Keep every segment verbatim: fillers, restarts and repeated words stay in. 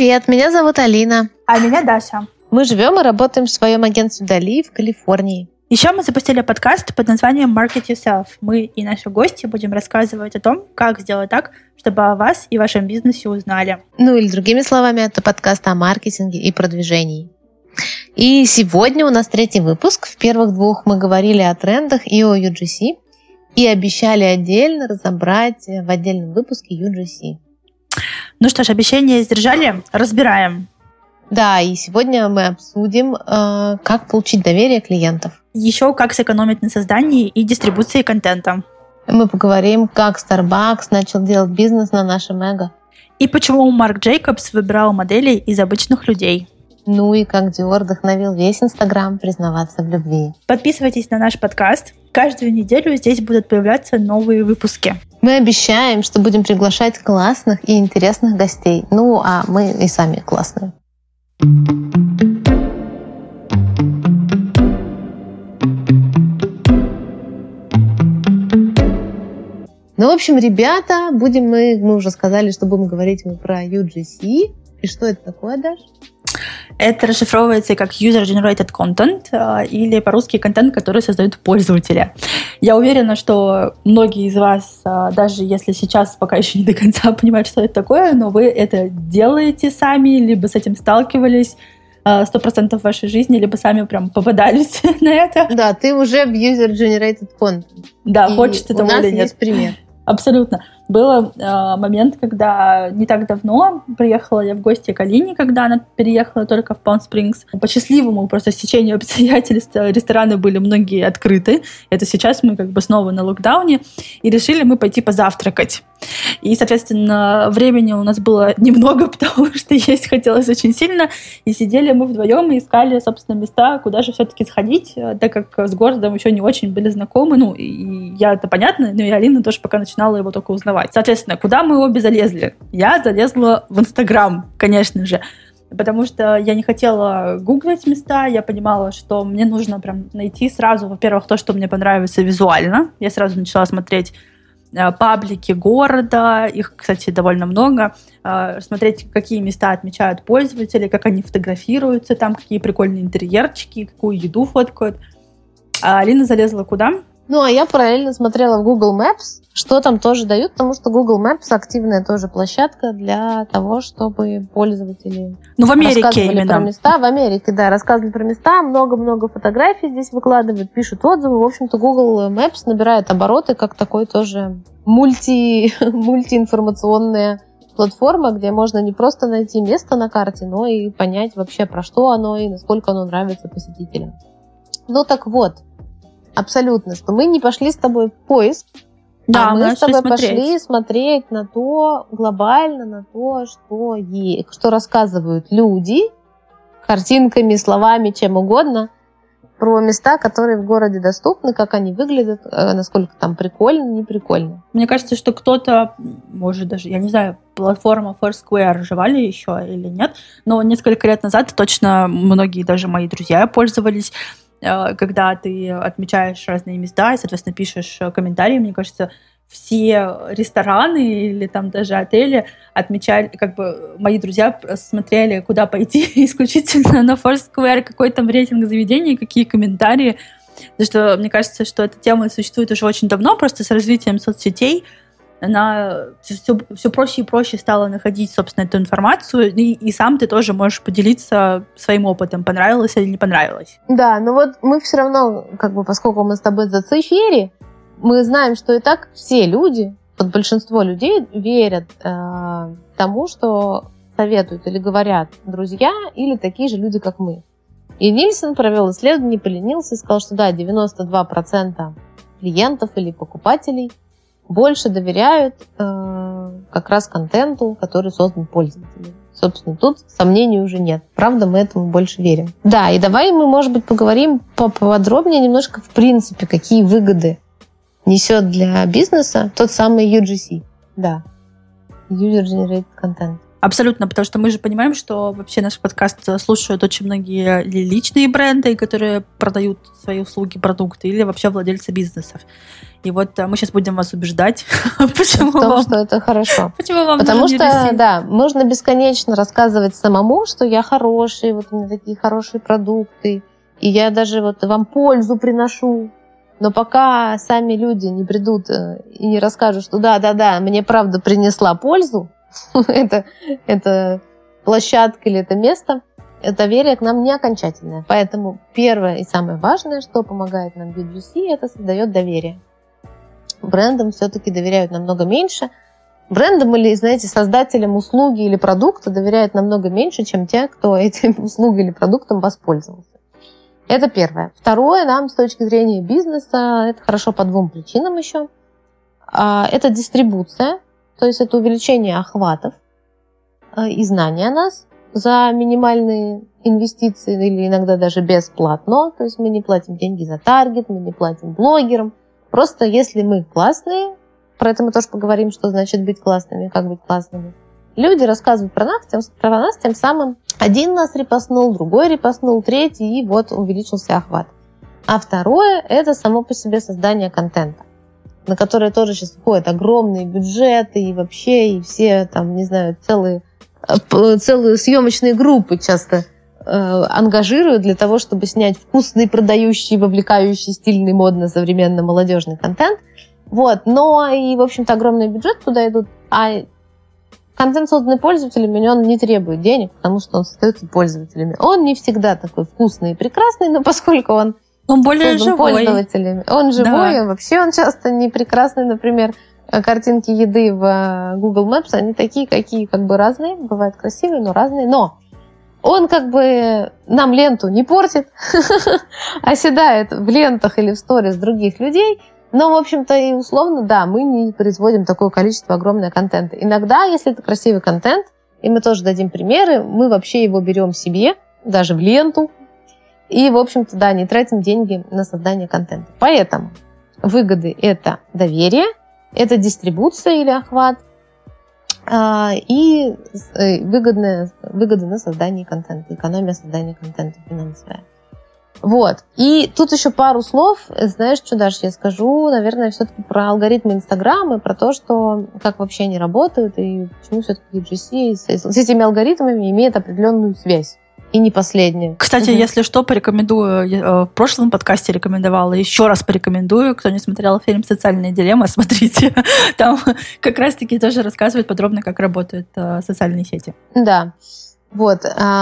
Привет, меня зовут Алина. А меня Даша. Мы живем и работаем в своем агентстве Дали в Калифорнии. Еще мы запустили подкаст под названием Market Yourself. Мы и наши гости будем рассказывать о том, как сделать так, чтобы о вас и вашем бизнесе узнали. Ну или другими словами, это подкаст о маркетинге и продвижении. И сегодня у нас третий выпуск. В первых двух мы говорили о трендах и о ю джи си. И обещали отдельно разобрать в отдельном выпуске ю джи си. Ну что ж, обещание сдержали, разбираем. Да, и сегодня мы обсудим, э, как получить доверие клиентов. Еще как сэкономить на создании и дистрибуции контента. Мы поговорим, как Starbucks начал делать бизнес на нашем эго. И почему Марк Джейкобс выбирал моделей из обычных людей. Ну и как Dior вдохновил весь Инстаграм признаваться в любви. Подписывайтесь на наш подкаст. Каждую неделю здесь будут появляться новые выпуски. Мы обещаем, что будем приглашать классных и интересных гостей. Ну, а мы и сами классные. Ну, в общем, ребята, будем мы, мы уже сказали, что будем говорить мы про ю джи си. И что это такое, Даш? Это расшифровывается как User-Generated Content, или по-русски контент, который создают пользователи. Я уверена, что многие из вас, даже если сейчас пока еще не до конца понимают, что это такое, но вы это делаете сами, либо с этим сталкивались сто процентов в вашей жизни, либо сами прям попадались на это. Да, ты уже в User-Generated Content. Да, и хочешь ты того или нет. У нас есть пример. Абсолютно. Был э, момент, когда не так давно приехала я в гости к Алине, когда она переехала только в Palm Springs. По счастливому просто стечению обстоятельств рестораны были многие открыты. Это сейчас мы как бы снова на локдауне. И решили мы пойти позавтракать. И, соответственно, времени у нас было немного, потому что есть хотелось очень сильно. И сидели мы вдвоем и искали, собственно, места, куда же все-таки сходить, так как с городом еще не очень были знакомы. Ну, и я, это понятно, но и Алина тоже пока начинала его только узнавать. Соответственно, куда мы обе залезли? Я залезла в Инстаграм, конечно же, потому что я не хотела гуглить места, я понимала, что мне нужно прям найти сразу, во-первых, то, что мне понравится визуально. Я сразу начала смотреть паблики города, их, кстати, довольно много, смотреть, какие места отмечают пользователи, как они фотографируются там, какие прикольные интерьерчики, какую еду фоткают. А Алина залезла куда? Ну, а я параллельно смотрела в Google Maps, что там тоже дают, потому что Google Maps активная тоже площадка для того, чтобы пользователи ну, в Америке рассказывали именно. про места. В Америке, да, рассказывали про места, много-много фотографий здесь выкладывают, пишут отзывы. В общем-то, Google Maps набирает обороты как такой тоже мульти, мультиинформационная платформа, где можно не просто найти место на карте, но и понять вообще, про что оно и насколько оно нравится посетителям. Ну, так вот. Абсолютно, что мы не пошли с тобой в поиск, да, а мы, мы с тобой смотреть. пошли смотреть на то, глобально на то, что, е- что рассказывают люди, картинками, словами, чем угодно, про места, которые в городе доступны, как они выглядят, насколько там прикольно, не прикольно. Мне кажется, что кто-то, может даже, я не знаю, платформа Foursquare жевали еще или нет, но несколько лет назад точно многие даже мои друзья пользовались, когда ты отмечаешь разные места и, соответственно, пишешь комментарии. Мне кажется, все рестораны или там даже отели отмечали, как бы мои друзья смотрели, куда пойти исключительно на Foursquare, какой там рейтинг заведений, какие комментарии. Потому что мне кажется, что эта тема существует уже очень давно, просто с развитием соцсетей. Она все, все проще и проще стала находить, собственно, эту информацию, и, и сам ты тоже можешь поделиться своим опытом, понравилось или не понравилось. Да, но вот мы все равно, как бы, поскольку мы с тобой за цифери, мы знаем, что и так все люди, вот большинство людей верят э, тому, что советуют или говорят друзья или такие же люди, как мы. И Нильсон провел исследование, поленился и сказал, что да, девяносто два процента клиентов или покупателей больше доверяют э, как раз контенту, который создан пользователем. Собственно, тут сомнений уже нет. Правда, мы этому больше верим. Да, и давай мы, может быть, поговорим поподробнее немножко в принципе, какие выгоды несет для бизнеса тот самый ю джи си. Да, User Generated Content. Абсолютно, потому что мы же понимаем, что вообще наш подкаст слушают очень многие личные бренды, которые продают свои услуги, продукты, или вообще владельцы бизнесов. И вот мы сейчас будем вас убеждать, почему в том, вам... что это хорошо. Почему вам Потому нужен что, ю джи си? да, можно бесконечно рассказывать самому, что я хороший, вот у меня такие хорошие продукты, и я даже вот вам пользу приношу. Но пока сами люди не придут и не расскажут, что да-да-да, мне правда принесла пользу, это, это площадка или это место, доверие к нам не окончательное. Поэтому первое и самое важное, что помогает нам ю джи си, это создает доверие. Брендам все-таки доверяют намного меньше. Брендам или, знаете, создателям услуги или продукта доверяют намного меньше, чем те, кто этим услугой или продуктом воспользовался. Это первое. Второе, нам с точки зрения бизнеса, это хорошо по двум причинам еще. Это дистрибуция, то есть это увеличение охватов и знания о нас за минимальные инвестиции или иногда даже бесплатно. То есть мы не платим деньги за таргет, мы не платим блогерам. Просто если мы классные, про это мы тоже поговорим, что значит быть классными, как быть классными. Люди рассказывают про нас, тем, про нас, тем самым один нас репостнул, другой репостнул, третий, и вот увеличился охват. А второе – это само по себе создание контента, на которое тоже сейчас входят огромные бюджеты, и вообще, и все, там, не знаю, целые, целые съемочные группы часто э, ангажируют для того, чтобы снять вкусный, продающий, вовлекающий, стильный, модно, современный, молодежный контент. Вот. Но и, в общем-то, огромный бюджет туда идут, а контент, созданный пользователями, он не требует денег, потому что он создается пользователями. Он не всегда такой вкусный и прекрасный, но поскольку он, он более создан живой. Пользователями, он живой, да. Вообще он часто не прекрасный. Например, картинки еды в Google Maps, они такие, какие как бы разные, бывают красивые, но разные. Но он как бы нам ленту не портит, оседает в лентах или в сторис других людей. Но, в общем-то, и условно, да, мы не производим такое количество огромного контента. Иногда, если это красивый контент, и мы тоже дадим примеры, мы вообще его берем себе, даже в ленту, и, в общем-то, да, не тратим деньги на создание контента. Поэтому выгоды – это доверие, это дистрибуция или охват, и выгодные, выгоды на создание контента, экономия создания контента финансовая. Вот. И тут еще пару слов. Знаешь, что, Даш, я скажу, наверное, все-таки про алгоритмы Инстаграма, про то, что как вообще они работают, и почему все-таки ю джи си с, с этими алгоритмами имеет определенную связь. И не последнюю. Кстати, угу. Если что, порекомендую. Я в прошлом подкасте рекомендовала, еще раз порекомендую. Кто не смотрел фильм «Социальная дилемма», смотрите. Там как раз-таки тоже рассказывают подробно, как работают социальные сети. Да. Вот.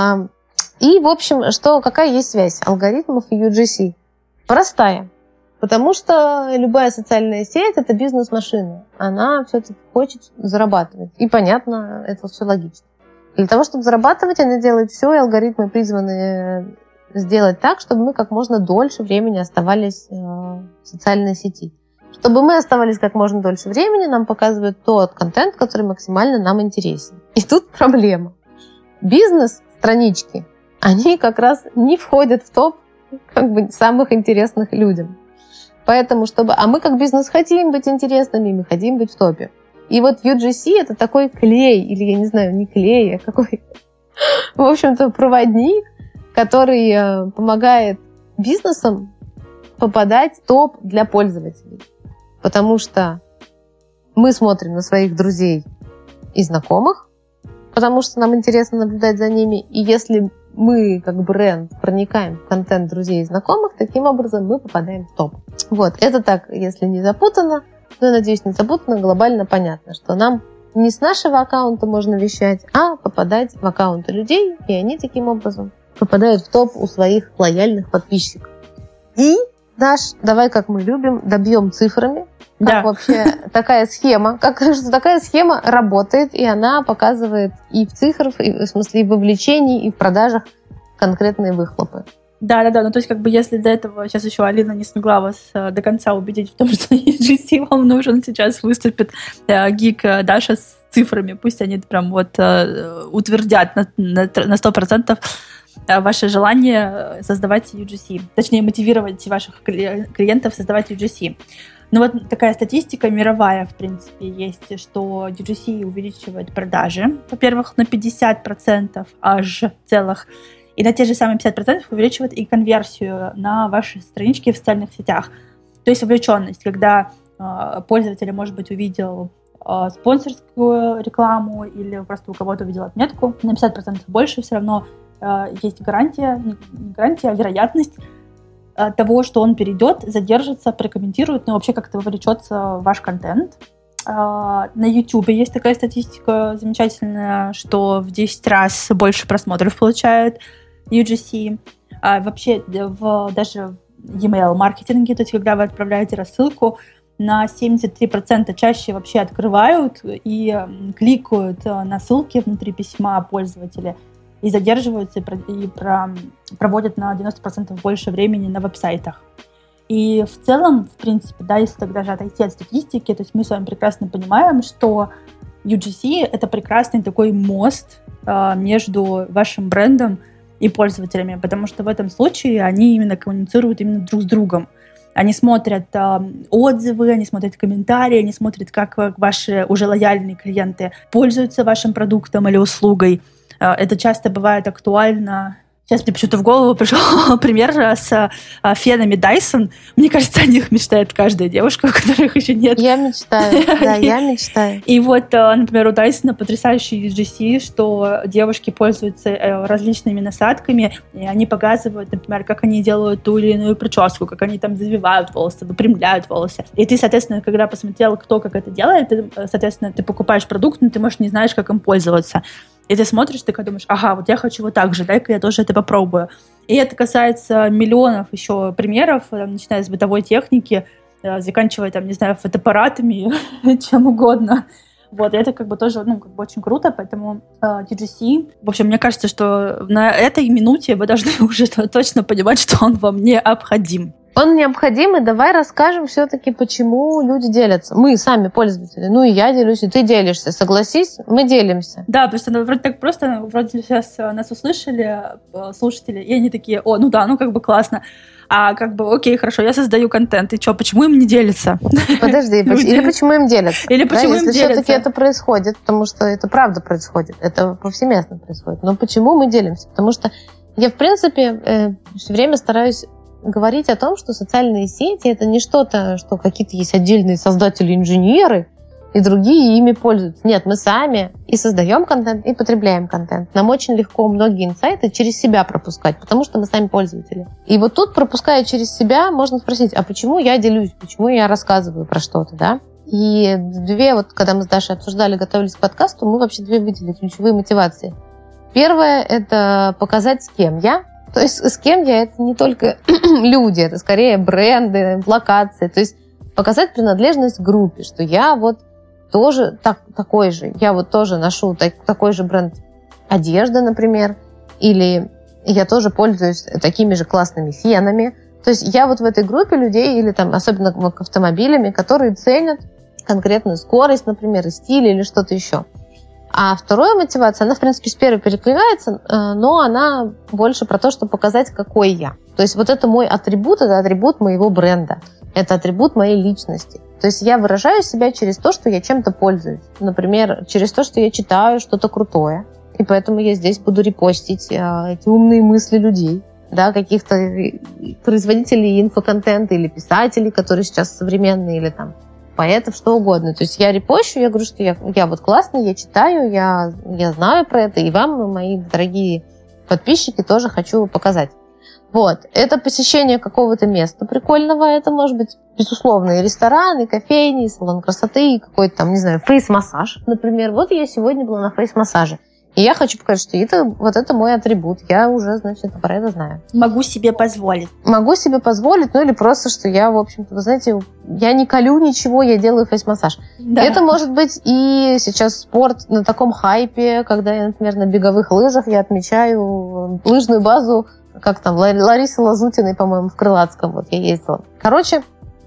И, в общем, что, какая есть связь алгоритмов и ю джи си? Простая. Потому что любая социальная сеть – это бизнес-машина. Она все-таки хочет зарабатывать. И понятно, это все логично. Для того, чтобы зарабатывать, она делает все, и алгоритмы призваны сделать так, чтобы мы как можно дольше времени оставались в социальной сети. Чтобы мы оставались как можно дольше времени, нам показывают тот контент, который максимально нам интересен. И тут проблема. Бизнес-странички, они как раз не входят в топ как бы самых интересных людям. Поэтому, чтобы... А мы как бизнес хотим быть интересными, мы хотим быть в топе. И вот ю джи си это такой клей, или я не знаю, не клей, а какой, в общем-то, проводник, который помогает бизнесам попадать в топ для пользователей. Потому что мы смотрим на своих друзей и знакомых, потому что нам интересно наблюдать за ними. И если мы, как бренд, проникаем в контент друзей и знакомых, таким образом мы попадаем в топ. Вот, это так, если не запутано, но, я надеюсь, не запутано, глобально понятно, что нам не с нашего аккаунта можно вещать, а попадать в аккаунты людей, и они таким образом попадают в топ у своих лояльных подписчиков. И, Даш, давай, как мы любим, добьем цифрами, как да. вообще такая схема, как что такая схема работает, и она показывает и в цифрах, и, в смысле и в вовлечении, и в продажах конкретные выхлопы. Да-да-да, ну то есть как бы если до этого сейчас еще Алина не смогла вас э, до конца убедить в том, что ю джи си вам нужен, сейчас выступит э, гик э, Даша с цифрами, пусть они прям вот э, утвердят на, на, на сто процентов э, ваше желание создавать ю джи си, точнее мотивировать ваших клиентов создавать ю джи си. Ну вот такая статистика мировая, в принципе, есть, что ю джи си увеличивает продажи, во-первых, на пятьдесят процентов аж целых, и на те же самые пятьдесят процентов увеличивает и конверсию на ваши странички в социальных сетях. То есть вовлеченность, когда э, пользователь, может быть, увидел э, спонсорскую рекламу или просто у кого-то увидел отметку, на пятьдесят процентов больше все равно э, есть гарантия, не гарантия, а вероятность э, того, что он перейдет, задержится, прокомментирует, но вообще как-то вовлечется в ваш контент. Э, на YouTube есть такая статистика замечательная, что в десять раз больше просмотров получает ю джи си. А вообще в, даже в e-mail-маркетинге, то есть когда вы отправляете рассылку, на семьдесят три процента чаще вообще открывают и кликают на ссылки внутри письма пользователя и задерживаются, и, про, и про, проводят на девяносто процентов больше времени на веб-сайтах. И в целом, в принципе, да, если тогда же отойти от статистики, то есть мы с вами прекрасно понимаем, что ю джи си — это прекрасный такой мост э, между вашим брендом и пользователями, потому что в этом случае они именно коммуницируют именно друг с другом. Они смотрят э, отзывы, они смотрят комментарии, они смотрят, как ваши уже лояльные клиенты пользуются вашим продуктом или услугой. Э, это часто бывает актуально. Сейчас мне почему-то в голову пришел пример с а, фенами Dyson. Мне кажется, о них мечтает каждая девушка, у которых еще нет. Я мечтаю, да, я мечтаю. И вот, например, у Dyson потрясающий ю джи си, что девушки пользуются различными насадками, и они показывают, например, как они делают ту или иную прическу, как они там завивают волосы, выпрямляют волосы. И ты, соответственно, когда посмотрел, кто как это делает, ты, соответственно, ты покупаешь продукт, но ты, может, не знаешь, как им пользоваться. И ты смотришь, ты думаешь, ага, вот я хочу вот так же, дай-ка я тоже это попробую. И это касается миллионов еще примеров, там, начиная с бытовой техники, заканчивая, там, не знаю, фотоаппаратами, чем угодно. Вот, и это как бы тоже, ну, как бы очень круто, поэтому э, ю джи си, в общем, мне кажется, что на этой минуте вы должны уже точно понимать, что он вам необходим. Он необходим, и давай расскажем все-таки, почему люди делятся. Мы сами пользователи. Ну и я делюсь, и ты делишься. Согласись, мы делимся. Да, потому что ну, вроде так просто, вроде сейчас нас услышали слушатели, и они такие, о, ну да, ну как бы классно. А как бы, окей, хорошо, я создаю контент, и что, почему им не делятся? Подожди, или почему им делятся? Или почему им делятся? Если все-таки это происходит, потому что это правда происходит, это повсеместно происходит. Но почему мы делимся? Потому что я, в принципе, все время стараюсь говорить о том, что социальные сети — это не что-то, что какие-то есть отдельные создатели-инженеры, и другие ими пользуются. Нет, мы сами и создаем контент, и потребляем контент. Нам очень легко многие инсайты через себя пропускать, потому что мы сами пользователи. И вот тут, пропуская через себя, можно спросить, а почему я делюсь, почему я рассказываю про что-то, да? И две, вот когда мы с Дашей обсуждали, готовились к подкасту, мы вообще две выделили ключевые мотивации. Первое — это показать, с кем я. То есть с кем я — это не только люди, это скорее бренды, локации. То есть показать принадлежность группе, что я вот тоже так, такой же. Я вот тоже ношу так, такой же бренд одежды, например, или я тоже пользуюсь такими же классными фенами. То есть я вот в этой группе людей, или там особенно к автомобилями, которые ценят конкретную скорость, например, и стиль, или что-то еще. А вторая мотивация, она, в принципе, с первой перекликается, но она больше про то, чтобы показать, какой я. То есть вот это мой атрибут, это атрибут моего бренда, это атрибут моей личности. То есть я выражаю себя через то, что я чем-то пользуюсь. Например, через то, что я читаю что-то крутое. И поэтому я здесь буду репостить эти умные мысли людей, да, каких-то производителей инфоконтента или писателей, которые сейчас современные, или там поэтов, что угодно. То есть я репощу, я говорю, что я, я вот классный, я читаю, я, я знаю про это, и вам, мои дорогие подписчики, тоже хочу показать. Вот. Это посещение какого-то места прикольного, это может быть, безусловно, и ресторан, и кофейни, и салон красоты, и какой-то там, не знаю, фейс-массаж, например. Вот я сегодня была на фейс-массаже. И я хочу показать, что это, вот это мой атрибут. Я уже, значит, про это знаю. Могу себе позволить. Могу себе позволить, ну или просто, что я, в общем-то, вы знаете, я не колю ничего, я делаю фейс-массаж. Да. Это может быть и сейчас спорт на таком хайпе, когда я, например, на беговых лыжах я отмечаю лыжную базу, как там, Ларисы Лазутиной, по-моему, в Крылатском, вот я ездила. Короче,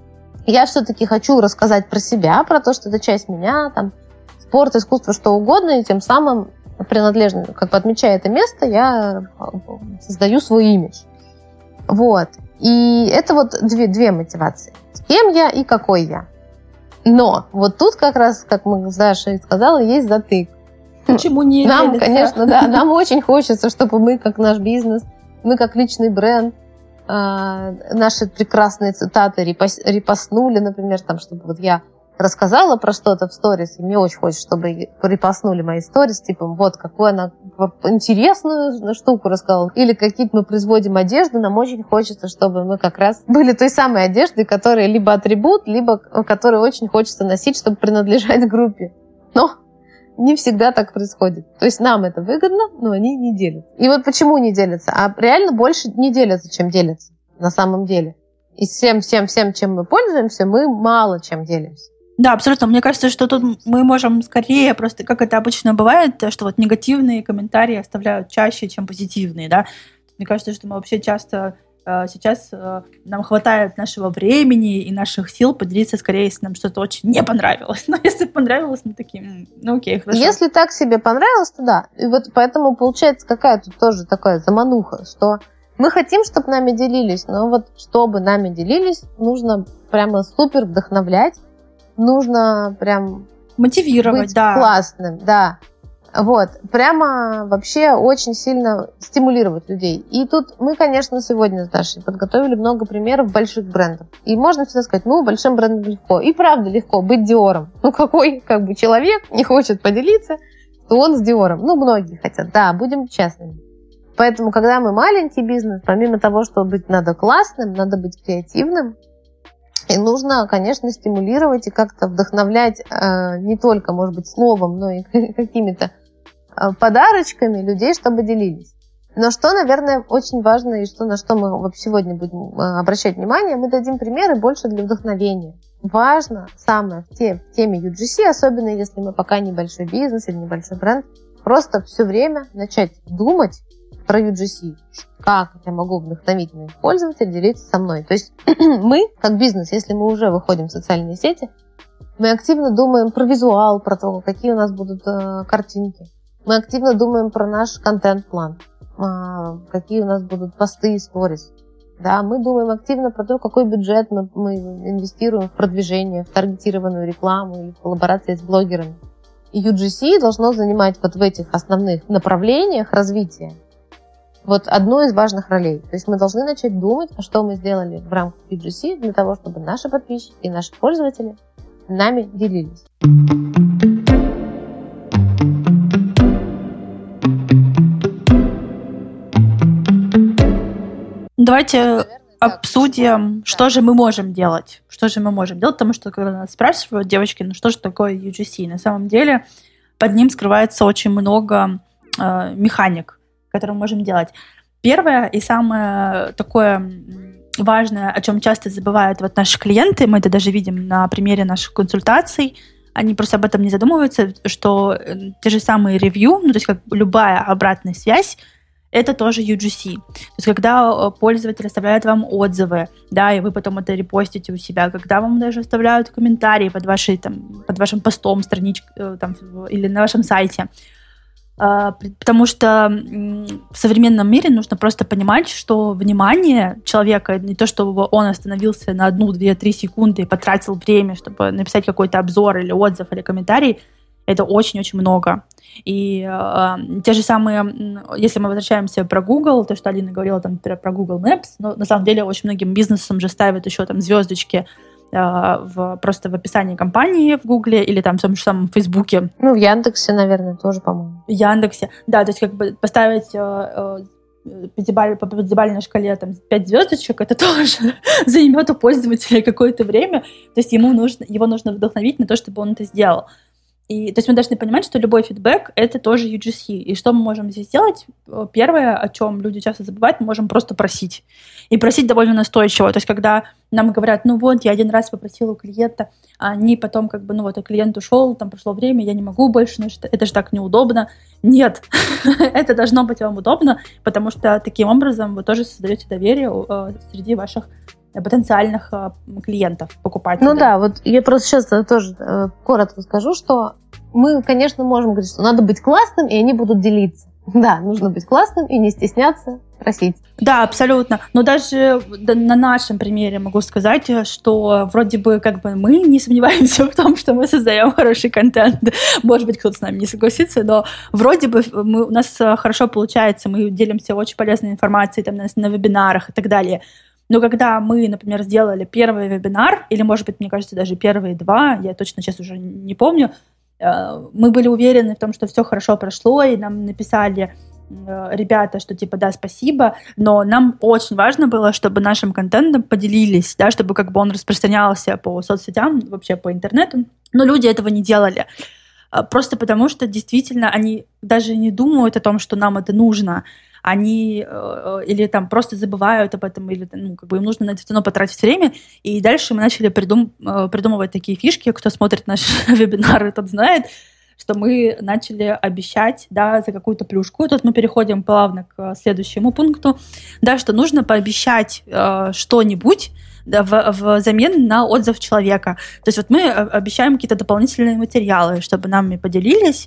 я все-таки хочу рассказать про себя, про то, что это часть меня, там, спорт, искусство, что угодно, и тем самым принадлежно, как бы отмечая это место, я создаю свой имидж. Вот. И это вот две, две мотивации. С кем я и какой я. Но вот тут как раз, как мы с Дашей сказала, есть затык. Почему не Нам, делится? конечно, да, нам очень хочется, чтобы мы, как наш бизнес, мы, как личный бренд, наши прекрасные цитаты репостнули, например, там, чтобы вот я рассказала про что-то в сторис, и мне очень хочется, чтобы репостнули мои сторис, типа, вот, какую она интересную штуку рассказала. Или какие-то мы производим одежду, нам очень хочется, чтобы мы как раз были той самой одеждой, которая либо атрибут, либо которую очень хочется носить, чтобы принадлежать группе. Но не всегда так происходит. То есть нам это выгодно, но они не делятся. И вот почему не делятся? А реально больше не делятся, чем делятся на самом деле. И всем-всем-всем, чем мы пользуемся, мы мало чем делимся. Да, абсолютно. Мне кажется, что тут мы можем скорее просто, как это обычно бывает, что вот негативные комментарии оставляют чаще, чем позитивные, да. Мне кажется, что мы вообще часто э, сейчас э, нам хватает нашего времени и наших сил поделиться скорее, если нам что-то очень не понравилось. Но если понравилось, мы такие, ну окей, хорошо. Если так себе понравилось, то да. И вот поэтому получается какая-то тоже такая замануха, что мы хотим, чтобы нами делились, но вот чтобы нами делились, нужно прямо супер вдохновлять, нужно прям мотивировать, быть да. классным, да. Вот, прямо вообще очень сильно стимулировать людей. И тут мы, конечно, сегодня с Дашей подготовили много примеров больших брендов. И можно всегда сказать, ну, большим брендом легко. И правда легко быть Диором. Ну, какой как бы человек не хочет поделиться, то он с Диором. Ну, многие хотят, да, будем честными. Поэтому, когда мы маленький бизнес, помимо того, что быть надо классным, надо быть креативным. И нужно, конечно, стимулировать и как-то вдохновлять э, не только, может быть, словом, но и какими-то э, подарочками людей, чтобы делились. Но что, наверное, очень важно, и что, на что мы сегодня будем э, обращать внимание, мы дадим примеры больше для вдохновения. Важно самое в, те, в теме ю джи си, особенно если мы пока небольшой бизнес или небольшой бренд, просто все время начать думать про ю джи си. Как я могу вдохновить моих пользователей делиться со мной. То есть мы, как бизнес, если мы уже выходим в социальные сети, мы активно думаем про визуал, про то, какие у нас будут э, картинки. Мы активно думаем про наш контент-план, э, какие у нас будут посты и сторис. Да, мы думаем активно про то, какой бюджет мы, мы инвестируем в продвижение, в таргетированную рекламу или в коллаборации с блогерами. И ю джи си должно занимать вот в этих основных направлениях развития вот одну из важных ролей. То есть мы должны начать думать, а что мы сделали в рамках ю джи си для того, чтобы наши подписчики и наши пользователи нами делились. Давайте Наверное, обсудим, так, что да. же мы можем делать. Что же мы можем делать, потому что когда нас спрашивают, девочки, ну что же такое ю джи си? На самом деле под ним скрывается очень много э, механик, которые мы можем делать. Первое и самое такое важное, о чем часто забывают вот наши клиенты, мы это даже видим на примере наших консультаций, они просто об этом не задумываются, что те же самые ревью, ну то есть как любая обратная связь, это тоже ю джи си. То есть когда пользователь оставляет вам отзывы, да, и вы потом это репостите у себя, когда вам даже оставляют комментарии под, вашей, там, под вашим постом, страничкой там, или на вашем сайте. Потому что в современном мире нужно просто понимать, что внимание человека, не то чтобы он остановился на одну, две, три секунды и потратил время, чтобы написать какой-то обзор или отзыв или комментарий, это очень-очень много. И э, те же самые, если мы возвращаемся про Google, то, что Алина говорила там про Google Maps, но на самом деле очень многим бизнесам же ставят еще там звездочки В, просто в описании компании в Гугле или там в том же самом Фейсбуке. Ну, в Яндексе, наверное, тоже, по-моему. В Яндексе, да, то есть как бы поставить э, э, пятибаль, по пятибалльной шкале там, пять звездочек, это тоже займет у пользователя какое-то время, то есть ему нужно, его нужно вдохновить на то, чтобы он это сделал. И, то есть мы должны понимать, что любой фидбэк — это тоже ю джи си. И что мы можем здесь сделать? Первое, о чем люди часто забывают, мы можем просто просить. И просить довольно настойчиво. То есть когда нам говорят, ну вот, я один раз попросила у клиента, а они потом как бы, ну вот, и клиент ушел, там прошло время, я не могу больше, ну это же так неудобно. Нет, это должно быть вам удобно, потому что таким образом вы тоже создаете доверие среди ваших потенциальных э, клиентов, покупателей. Ну да, вот я просто сейчас тоже э, коротко скажу, что мы, конечно, можем говорить, что надо быть классным, и они будут делиться. Да, нужно быть классным и не стесняться просить. Да, абсолютно. Но даже на нашем примере могу сказать, что вроде бы как бы мы не сомневаемся в том, что мы создаем хороший контент. Может быть, кто-то с нами не согласится, но вроде бы мы, у нас хорошо получается, мы делимся очень полезной информацией там, на, на вебинарах и так далее. Но когда мы, например, сделали первый вебинар, или, может быть, мне кажется, даже первые два, я точно сейчас уже не помню, мы были уверены в том, что все хорошо прошло, и нам написали ребята, что типа да, спасибо, но нам очень важно было, чтобы нашим контентом поделились, да, чтобы как бы он распространялся по соцсетям, вообще по интернету, но люди этого не делали. Просто потому, что действительно они даже не думают о том, что нам это нужно. Они э, или там просто забывают об этом, или ну, как бы им нужно на это все равно потратить время. И дальше мы начали придум, э, придумывать такие фишки. Кто смотрит наши вебинары, тот знает, что мы начали обещать, да, за какую-то плюшку. Тут мы переходим плавно к следующему пункту, да, что нужно пообещать э, что-нибудь, да, в, в замен на отзыв человека. То есть вот мы обещаем какие-то дополнительные материалы, чтобы нами поделились,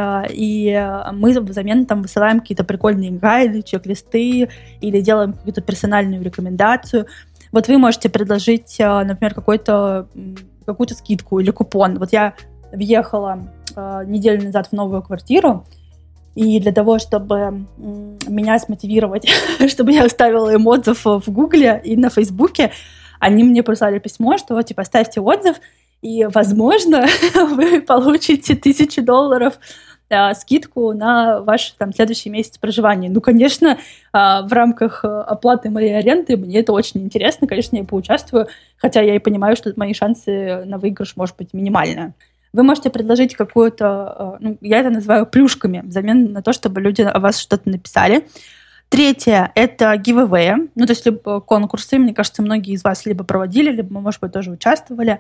и мы взамен там высылаем какие-то прикольные гайды, чек-листы или делаем какую-то персональную рекомендацию. Вот вы можете предложить, например, какой-то, какую-то скидку или купон. Вот я въехала неделю назад в новую квартиру, и для того, чтобы меня смотивировать, чтобы я оставила им отзыв в Гугле и на Фейсбуке, они мне прислали письмо, что типа ставьте отзыв, и, возможно, вы получите тысячу долларов э, скидку на ваш там, следующий месяц проживания. Ну, конечно, э, в рамках оплаты моей аренды мне это очень интересно. Конечно, я поучаствую, хотя я и понимаю, что мои шансы на выигрыш, может быть, минимальные. Вы можете предложить какую-то, э, ну, я это называю плюшками, взамен на то, чтобы люди о вас что-то написали. Третье — это giveaway. Ну, то есть либо конкурсы. Мне кажется, многие из вас либо проводили, либо, может быть, тоже участвовали.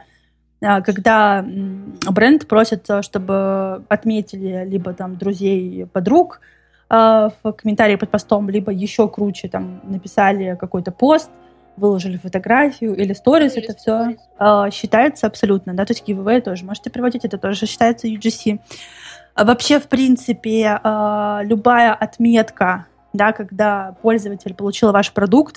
Когда бренд просит, чтобы отметили либо там друзей, подруг в комментарии под постом, либо еще круче там написали какой-то пост, выложили фотографию или сторис, это все считается абсолютно, да, то есть giveaway тоже можете проводить, это тоже считается ю джи си. Вообще, в принципе, любая отметка, да, когда пользователь получил ваш продукт,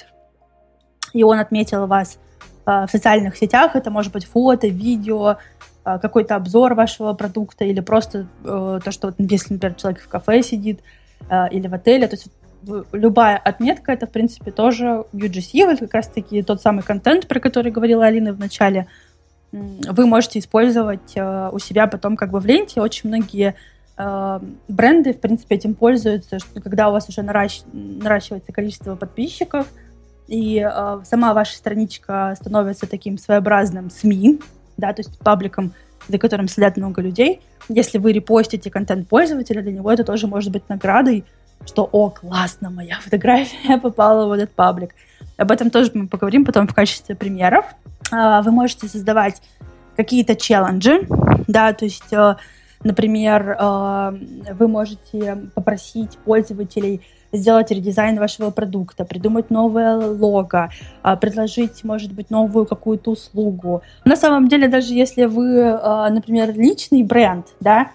и он отметил вас в социальных сетях, это может быть фото, видео, какой-то обзор вашего продукта или просто э, то, что, вот, если, например, человек в кафе сидит э, или в отеле, то есть любая отметка, это, в принципе, тоже ю джи си, вот как раз-таки тот самый контент, про который говорила Алина в начале, вы можете использовать э, у себя потом как бы в ленте. Очень многие э, бренды, в принципе, этим пользуются, что когда у вас уже наращ... наращивается количество подписчиков, и э, сама ваша страничка становится таким своеобразным СМИ, да, то есть пабликом, за которым следят много людей. Если вы репостите контент пользователя, для него это тоже может быть наградой, что «О, классно, моя фотография попала в этот паблик». Об этом тоже мы поговорим потом в качестве примеров. Э, вы можете создавать какие-то челленджи, да, то есть, э, например, э, вы можете попросить пользователей сделать редизайн вашего продукта, придумать новое лого, предложить, может быть, новую какую-то услугу. На самом деле, даже если вы, например, личный бренд, да,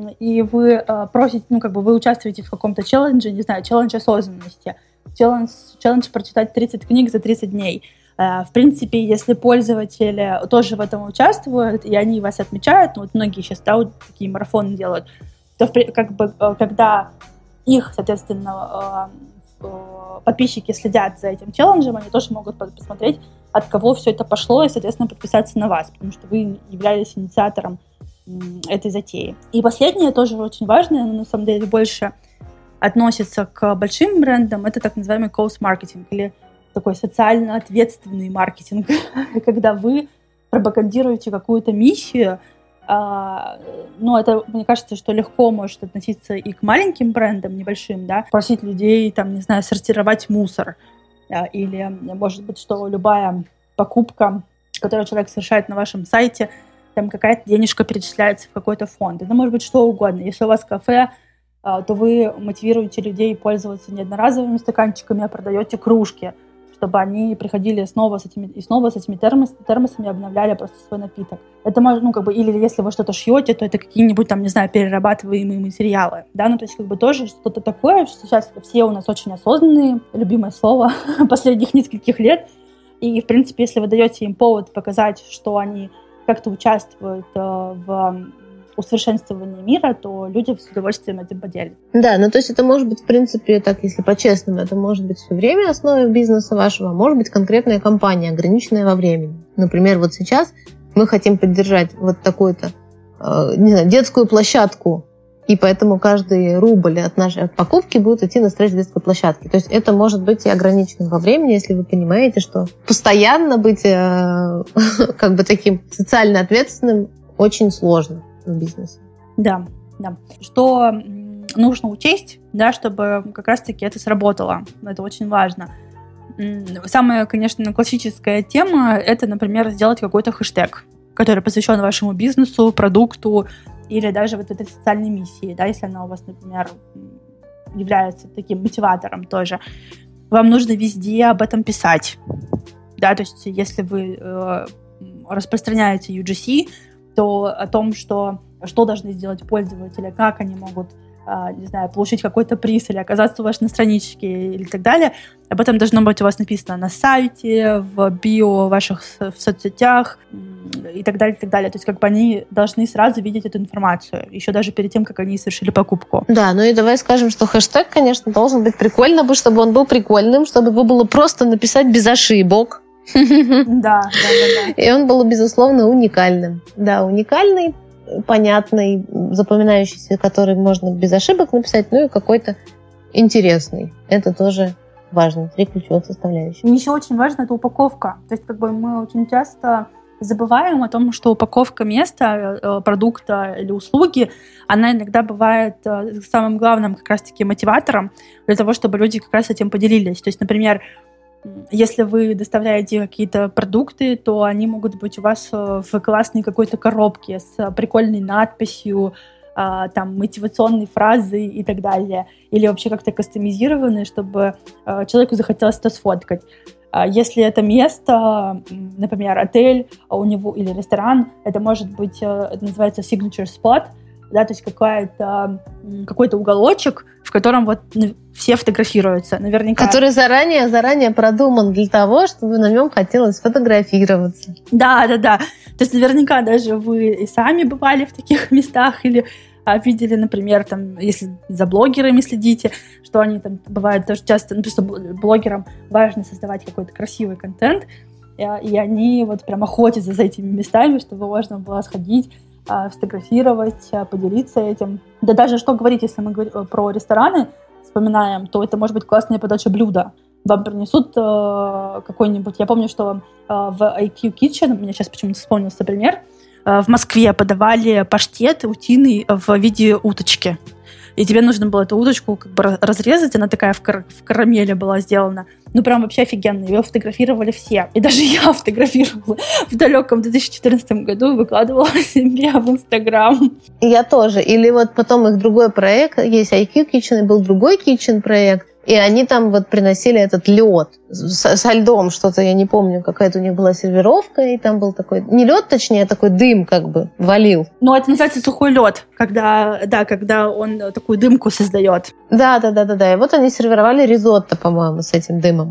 и вы просите, ну, как бы вы участвуете в каком-то челлендже, не знаю, челлендж осознанности, челлендж, челлендж прочитать тридцать книг за тридцать дней. В принципе, если пользователи тоже в этом участвуют, и они вас отмечают, ну, вот многие сейчас, да, вот такие марафоны делают, то, как бы, когда их, соответственно, подписчики следят за этим челленджем, они тоже могут посмотреть, от кого все это пошло, и, соответственно, подписаться на вас, потому что вы являлись инициатором этой затеи. И последнее, тоже очень важное, но на самом деле больше относится к большим брендам, это так называемый коуст-маркетинг, или такой социально ответственный маркетинг, когда вы пропагандируете какую-то миссию. Uh, ну, это, мне кажется, что легко может относиться и к маленьким брендам, небольшим, да, просить людей, там, не знаю, сортировать мусор, uh, или, может быть, что любая покупка, которую человек совершает на вашем сайте, там какая-то денежка перечисляется в какой-то фонд. Это может быть что угодно. Если у вас кафе, uh, то вы мотивируете людей пользоваться не одноразовыми стаканчиками, а продаете кружки, чтобы они приходили снова с этими, и снова с этими термос, термосами, обновляли просто свой напиток. Это может, ну, как бы, или если вы что-то шьете, то это какие-нибудь там, не знаю, перерабатываемые материалы, да, ну, то есть, как бы, тоже что-то такое, что сейчас все у нас очень осознанные, любимое слово последних нескольких лет, и, в принципе, если вы даете им повод показать, что они как-то участвуют э, в усовершенствования мира, то люди с удовольствием этим поделятся. Да, ну то есть это может быть, в принципе, так, если по-честному, это может быть все время основой бизнеса вашего, а может быть конкретная компания, ограниченная во времени. Например, вот сейчас мы хотим поддержать вот такую-то, э, не знаю, детскую площадку, и поэтому каждый рубль от нашей от покупки будет идти на строительство детской площадки. То есть это может быть и ограничено во времени, если вы понимаете, что постоянно быть э, как бы таким социально ответственным очень сложно в бизнесе. Да, да. Что нужно учесть, да, чтобы как раз-таки это сработало. Это очень важно. Самая, конечно, классическая тема — это, например, сделать какой-то хэштег, который посвящен вашему бизнесу, продукту или даже вот этой социальной миссии, да, если она у вас, например, является таким мотиватором тоже. Вам нужно везде об этом писать. Да, то есть если вы э, распространяете ю джи си, то о том, что, что должны сделать пользователи, как они могут, не знаю, получить какой-то приз или оказаться у вас на страничке или так далее, об этом должно быть у вас написано на сайте, в био ваших в соцсетях и так далее, и так далее. То есть как бы они должны сразу видеть эту информацию, еще даже перед тем, как они совершили покупку. Да, ну и давай скажем, что хэштег, конечно, должен быть прикольно, чтобы он был прикольным, чтобы его было просто написать без ошибок. Да, да, да, да. И он был, безусловно, уникальным. Да, уникальный, понятный, запоминающийся, который можно без ошибок написать, ну и какой-то интересный. Это тоже важно, три ключевых составляющих. Еще очень важно — это упаковка. То есть как бы мы очень часто забываем о том, что упаковка места, продукта или услуги, она иногда бывает самым главным как раз-таки мотиватором для того, чтобы люди как раз этим поделились. То есть, например, если вы доставляете какие-то продукты, то они могут быть у вас в классной какой-то коробке с прикольной надписью, там, мотивационной фразой и так далее. Или вообще как-то кастомизированные, чтобы человеку захотелось это сфоткать. Если это место, например, отель у него или ресторан, это может быть, это называется signature spot, да, то есть какая-то, какой-то уголочек, в котором вот все фотографируются, наверняка. Который заранее, заранее продуман для того, чтобы на нем хотелось фотографироваться. Да, да, да. То есть наверняка даже вы и сами бывали в таких местах или а, видели, например, там, если за блогерами следите, что они там бывают тоже часто, ну, просто блогерам важно создавать какой-то красивый контент, и, и они вот прям охотятся за этими местами, чтобы можно было сходить, сфотографировать, поделиться этим. Да даже что говорить, если мы говорим про рестораны, вспоминаем, то это может быть классная подача блюда. Вам принесут э, какой-нибудь... Я помню, что э, в ай кью Kitchen, у меня сейчас почему-то вспомнился пример, э, в Москве подавали паштет утиный в виде уточки. И тебе нужно было эту удочку как бы разрезать, она такая в, кар- в карамели была сделана. Ну, прям вообще офигенно. Ее фотографировали все. И даже я фотографировала в далеком две тысячи четырнадцатом году, выкладывала себе в Инстаграм. Я тоже. Или вот потом их другой проект, есть ай кью Kitchen, и был другой Kitchen проект, и они там вот приносили этот лед со, со льдом, что-то, я не помню, какая-то у них была сервировка, и там был такой, не лед, точнее, а такой дым как бы валил. Ну, это называется сухой лед, когда, да, когда он такую дымку создает. Да, да, да, да, да. И вот они сервировали ризотто, по-моему, с этим дымом.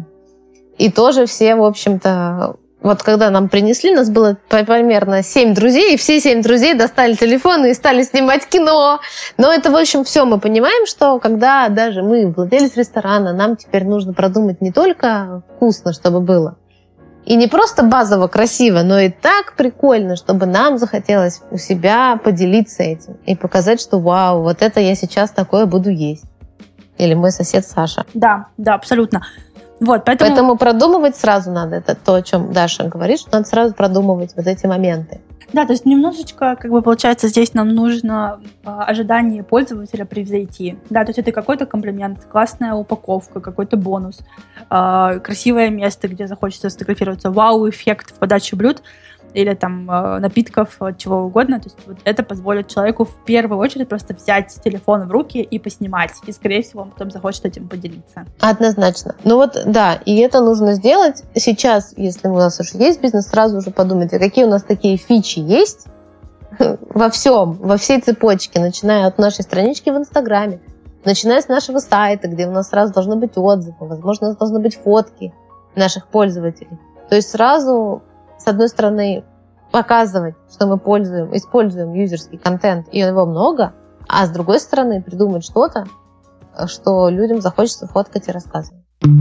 И тоже все, в общем-то, вот когда нам принесли, нас было примерно семь друзей, и все семь друзей достали телефоны и стали снимать кино. Но это, в общем, все. Мы понимаем, что когда даже мы, владелец ресторана, нам теперь нужно продумать не только вкусно, чтобы было, и не просто базово красиво, но и так прикольно, чтобы нам захотелось у себя поделиться этим и показать, что вау, вот это я сейчас такое буду есть. Или мой сосед Саша. Да, да, абсолютно. Вот, поэтому... поэтому продумывать сразу надо. Это то, о чем Даша говорит, что надо сразу продумывать вот эти моменты. Да, то есть немножечко, как бы, получается, здесь нам нужно э, ожидание пользователя превзойти. Да, то есть это какой-то комплимент, классная упаковка, какой-то бонус, э, красивое место, где захочется сфотографироваться, вау-эффект в подаче блюд. или там напитков, чего угодно. То есть вот это позволит человеку в первую очередь просто взять телефон в руки и поснимать. И, скорее всего, он потом захочет этим поделиться. Однозначно. Ну вот, да, и это нужно сделать сейчас, если у нас уже есть бизнес, сразу же подумайте, какие у нас такие фичи есть во всем, во всей цепочке, начиная от нашей странички в Инстаграме, начиная с нашего сайта, где у нас сразу должны быть отзывы, возможно, у нас должны быть фотки наших пользователей. То есть сразу, с одной стороны, показывать, что мы пользуем, используем юзерский контент, и его много, а с другой стороны, придумать что-то, что людям захочется фоткать и рассказывать.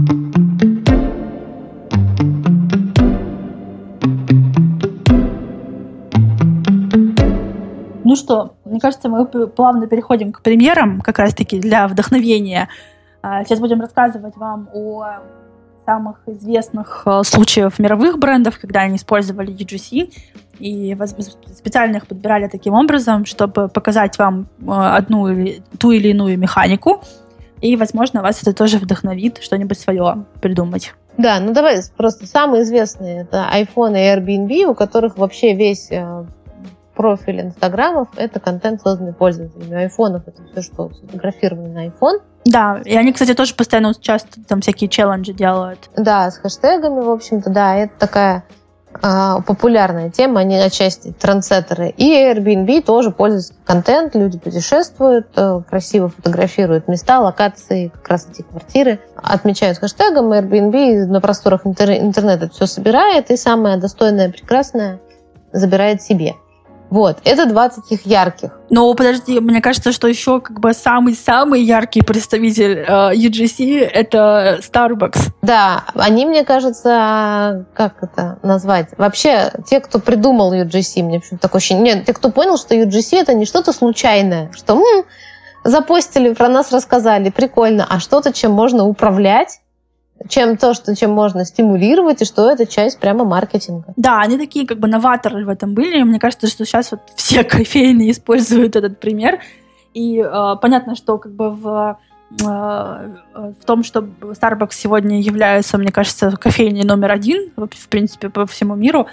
Ну что, мне кажется, мы плавно переходим к примерам, как раз-таки для вдохновения. Сейчас будем рассказывать вам о самых известных случаев мировых брендов, когда они использовали ю джи си, и специально их подбирали таким образом, чтобы показать вам одну или ту или иную механику, и, возможно, вас это тоже вдохновит что-нибудь свое придумать. Да, ну давай просто самые известные это iPhone и Airbnb, у которых вообще весь профиль инстаграмов — это контент, созданный пользователями. У айфонов это все, что сфотографировано на iPhone. Да, и они, кстати, тоже постоянно часто там всякие челленджи делают. Да, с хэштегами, в общем-то, да, это такая э, популярная тема, они отчасти трендсеттеры. И Airbnb тоже пользуется контент, люди путешествуют, э, красиво фотографируют места, локации, как раз эти квартиры, отмечают хэштегом, Airbnb на просторах интер- интернета все собирает, и самое достойное, прекрасное забирает себе. Вот, это двадцать их ярких. Но подожди, мне кажется, что еще как бы самый-самый яркий представитель э, ю джи си — это Starbucks. Да, они, мне кажется, как это назвать? Вообще, те, кто придумал ю джи си, мне почему-то такое ощущение... Нет, те, кто понял, что ю джи си — это не что-то случайное, что м-м, запостили, про нас рассказали, прикольно, а что-то, чем можно управлять, чем то, что, чем можно стимулировать, и что это часть прямо маркетинга. Да, они такие как бы новаторы в этом были. Мне кажется, что сейчас вот все кофейные используют этот пример. И э, понятно, что как бы в, э, в том, что Starbucks сегодня является, мне кажется, кофейней номер один, в принципе, по всему миру,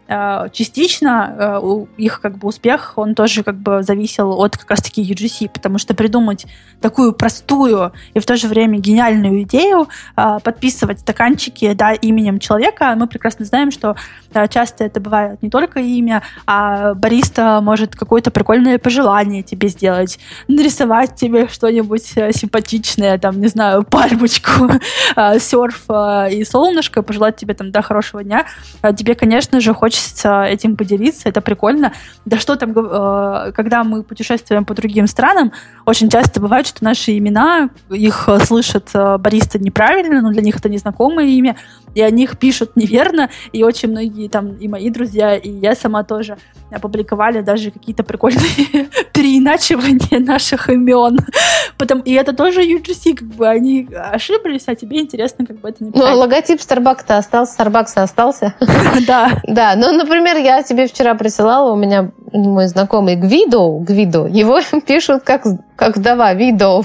частично их как бы успех, он тоже как бы зависел от как раз-таки ю джи си, потому что придумать такую простую и в то же время гениальную идею, подписывать стаканчики, да, именем человека, мы прекрасно знаем, что часто это бывает не только имя, а бариста может какое-то прикольное пожелание тебе сделать, нарисовать тебе что-нибудь симпатичное, там, не знаю, пальмочку, серф и солнышко, пожелать тебе там, да, хорошего дня. Тебе, конечно же, хочется этим поделиться, это прикольно. Да что там, когда мы путешествуем по другим странам, очень часто бывает, что наши имена, их слышат баристы неправильно, но для них это незнакомое имя, и они их пишут неверно, и очень многие там, и мои друзья, и я сама тоже опубликовали даже какие-то прикольные переиначивания наших имен. Потом, и это тоже ю джи си, как бы они ошиблись, а тебе интересно как бы это написать. Ну, логотип Starbucks-то остался, Starbucks остался. Да. Да, ну, например, я тебе вчера присылала, у меня мой знакомый Гвидо, Гвидо, его пишут как, как вдова, Видо.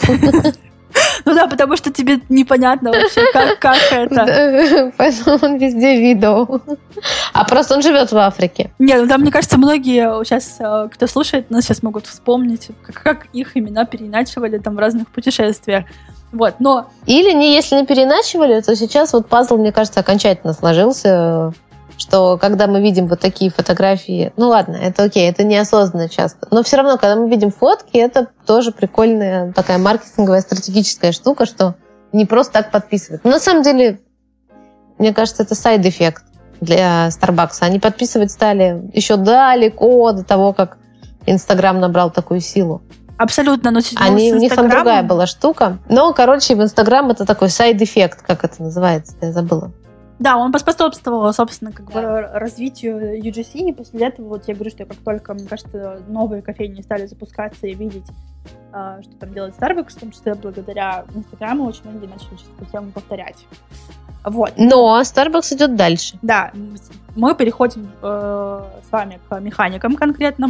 Ну да, потому что тебе непонятно вообще, как, как это. Поэтому он везде Видо. А просто он живет в Африке. Не, ну там, мне кажется, многие сейчас, кто слушает нас, сейчас могут вспомнить, как, как их имена переиначивали там в разных путешествиях. Вот, но... Или не, если не переиначивали, то сейчас вот пазл, мне кажется, окончательно сложился, что когда мы видим вот такие фотографии, ну ладно, это окей, это неосознанно часто, но все равно, когда мы видим фотки, это тоже прикольная такая маркетинговая стратегическая штука, что не просто так подписывают. Но на самом деле, мне кажется, это сайд-эффект для Starbucks. Они подписывать стали еще далеко до того, как Инстаграм набрал такую силу. Абсолютно, но Они, у них там другая была штука. Но, короче, в Инстаграм это такой сайд-эффект, как это называется, я забыла. Да, он поспособствовал, собственно, как бы развитию ю джи си, и после этого, вот я говорю, что как только, мне кажется, новые кофейни стали запускаться и видеть, что там делает Starbucks, в том числе благодаря Инстаграму, очень многие начали эту тему повторять. Вот. Но Starbucks идет дальше. Да, мы переходим э, с вами к механикам конкретным,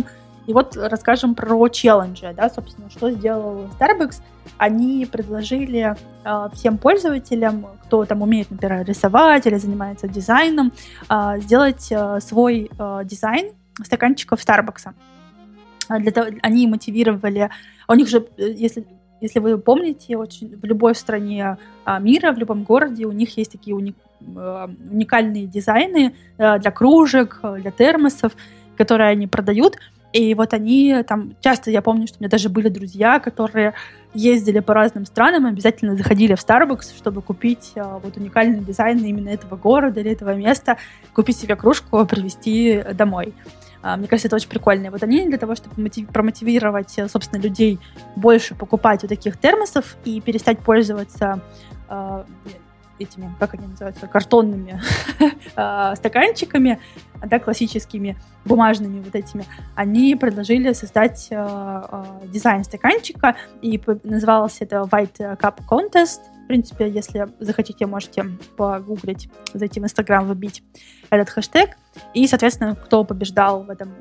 И вот расскажем про челленджи, да, собственно, что сделал Starbucks. Они предложили э, всем пользователям, кто там умеет, например, рисовать или занимается дизайном, э, сделать э, свой э, дизайн стаканчиков Starbucks. Для того, они мотивировали... У них же, если, если вы помните, очень, в любой стране э, мира, в любом городе у них есть такие уни, э, уникальные дизайны э, для кружек, для термосов, которые они продают. И вот они там, часто я помню, что у меня даже были друзья, которые ездили по разным странам, обязательно заходили в Starbucks, чтобы купить а, вот уникальный дизайн именно этого города или этого места, купить себе кружку, привезти домой. А, мне кажется, это очень прикольно. И вот они для того, чтобы мотив- промотивировать, собственно, людей больше покупать вот таких термосов и перестать пользоваться а, этими, как они называются, картонными стаканчиками, да, классическими, бумажными вот этими, они предложили создать э, э, дизайн стаканчика, и назывался это White Cup Contest. В принципе, если захотите, можете погуглить, зайти в Инстаграм, вбить этот хэштег. И, соответственно, кто побеждал в этом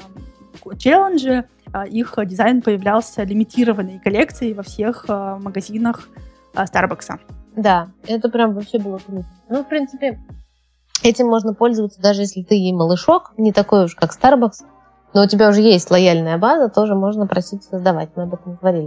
э, челлендже, э, их дизайн появлялся лимитированной коллекцией во всех э, магазинах э, Starbucks. Да, это прям вообще было круто. Ну, в принципе, этим можно пользоваться, даже если ты и малышок, не такой уж, как Starbucks, но у тебя уже есть лояльная база, тоже можно просить создавать. Мы об этом говорили.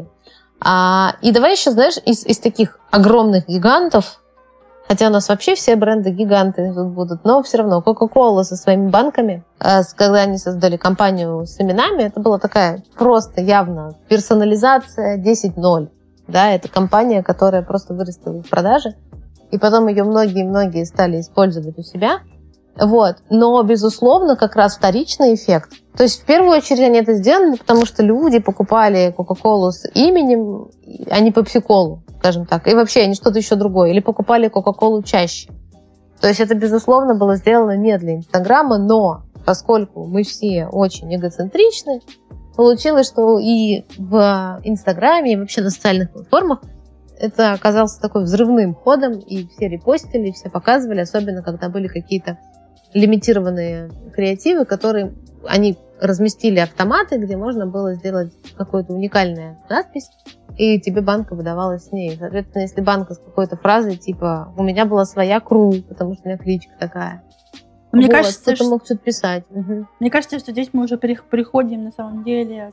А, и давай еще, знаешь, из, из таких огромных гигантов, хотя у нас вообще все бренды гиганты тут будут, но все равно Coca-Cola со своими банками, когда они создали компанию с именами, это была такая просто явно персонализация десять ноль. Да, это компания, которая просто вырастила в продаже, и потом ее многие-многие стали использовать у себя. Вот. Но, безусловно, как раз вторичный эффект. То есть, в первую очередь, они это сделали, потому что люди покупали Кока-Колу с именем, а не Пепси-Колу, скажем так. И вообще, они что-то еще другое. Или покупали Кока-Колу чаще. То есть, это, безусловно, было сделано не для Инстаграма, но поскольку мы все очень эгоцентричны, получилось, что и в Инстаграме, и вообще на социальных платформах это оказался такой взрывным ходом, и все репостили, и все показывали, особенно когда были какие-то лимитированные креативы, которые они разместили автоматы, где можно было сделать какую-то уникальную надпись, и тебе банка выдавалась с ней. Соответственно, если банка с какой-то фразой типа «У меня была своя кру, потому что у меня кличка такая», Мне вот, кажется, кто-то что... мог что-то писать. Угу. Мне кажется, что здесь мы уже переходим на самом деле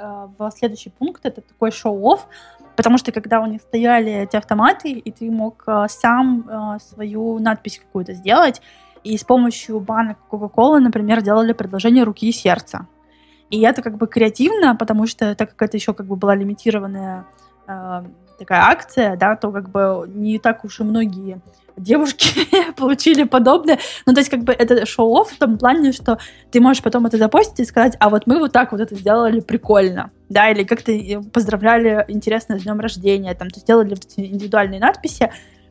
в следующий пункт. Это такой шоу-офф, потому что когда у них стояли эти автоматы, и ты мог сам свою надпись какую-то сделать, и с помощью банок Coca-Cola, например, делали предложение руки и сердца. И это как бы креативно, потому что так как это еще как бы была лимитированная э, такая акция, да, то как бы не так уж и многие девушки получили подобное. Ну, то есть, как бы это шоу-офф в том плане, что ты можешь потом это запостить и сказать, а вот мы вот так вот это сделали прикольно, да, или как-то поздравляли интересно с днем рождения, там, то сделали вот эти индивидуальные надписи,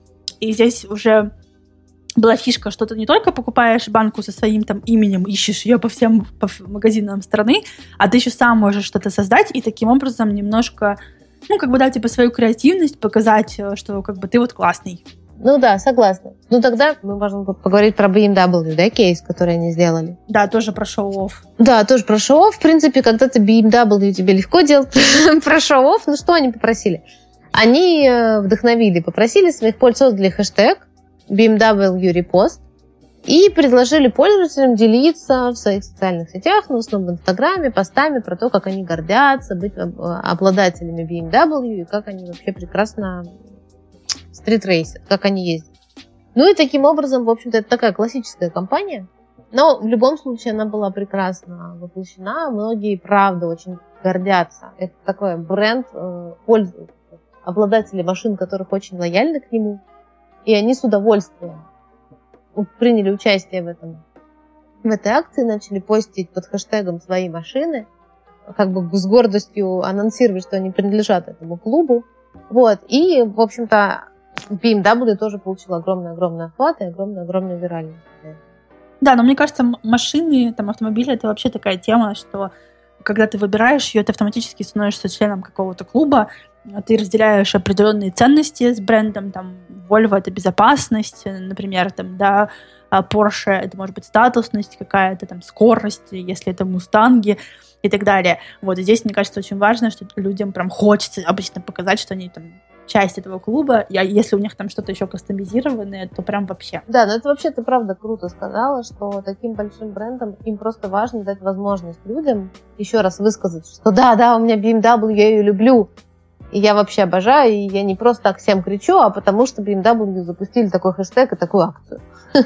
и здесь уже была фишка, что ты не только покупаешь банку со своим там именем, ищешь ее по всем по магазинам страны, а ты еще сам можешь что-то создать и таким образом немножко, ну, как бы, да, типа свою креативность показать, что как бы ты вот классный. Ну да, согласна. Ну тогда мы можем поговорить про би эм дабл ю, да, кейс, который они сделали. Да, тоже про шоу-офф. Да, тоже про шоу-офф. В принципе, когда-то би эм дабл ю тебе легко делать про шоу-офф. Ну что они попросили? Они вдохновили, попросили своих пользователей, создали хэштег би эм дабл ю Repost и предложили пользователям делиться в своих социальных сетях, ну, в основном в Инстаграме, постами про то, как они гордятся быть обладателями би эм дабл ю и как они вообще прекрасно стритрейсят, как они ездят. Ну и таким образом, в общем-то, это такая классическая компания, но в любом случае она была прекрасно воплощена. Многие, правда, очень гордятся. Это такой бренд э, пользователей, обладателей машин, которых очень лояльны к нему. И они с удовольствием приняли участие в этом, в этой акции, начали постить под хэштегом свои машины, как бы с гордостью анонсировать, что они принадлежат этому клубу. Вот. И, в общем-то, би эм дабл ю тоже получила огромный-огромный охват и огромную-огромную виральность. Да, но мне кажется, машины, там, автомобили — это вообще такая тема, что когда ты выбираешь ее, ты автоматически становишься членом какого-то клуба, ты разделяешь определенные ценности с брендом, там, Volvo — это безопасность, например, там, да, Porsche — это может быть статусность какая-то, там, скорость, если это мустанги. и так далее. Вот, и здесь, мне кажется, очень важно, что людям прям хочется обычно показать, что они там часть этого клуба, а если у них там что-то еще кастомизированное, то прям вообще. Да, но это вообще ты правда круто сказала, что таким большим брендам им просто важно дать возможность людям еще раз высказать, что да, да, у меня би эм дабл ю, я ее люблю, и я вообще обожаю, и я не просто так всем кричу, а потому что би эм дабл ю запустили такой хэштег и такую акцию.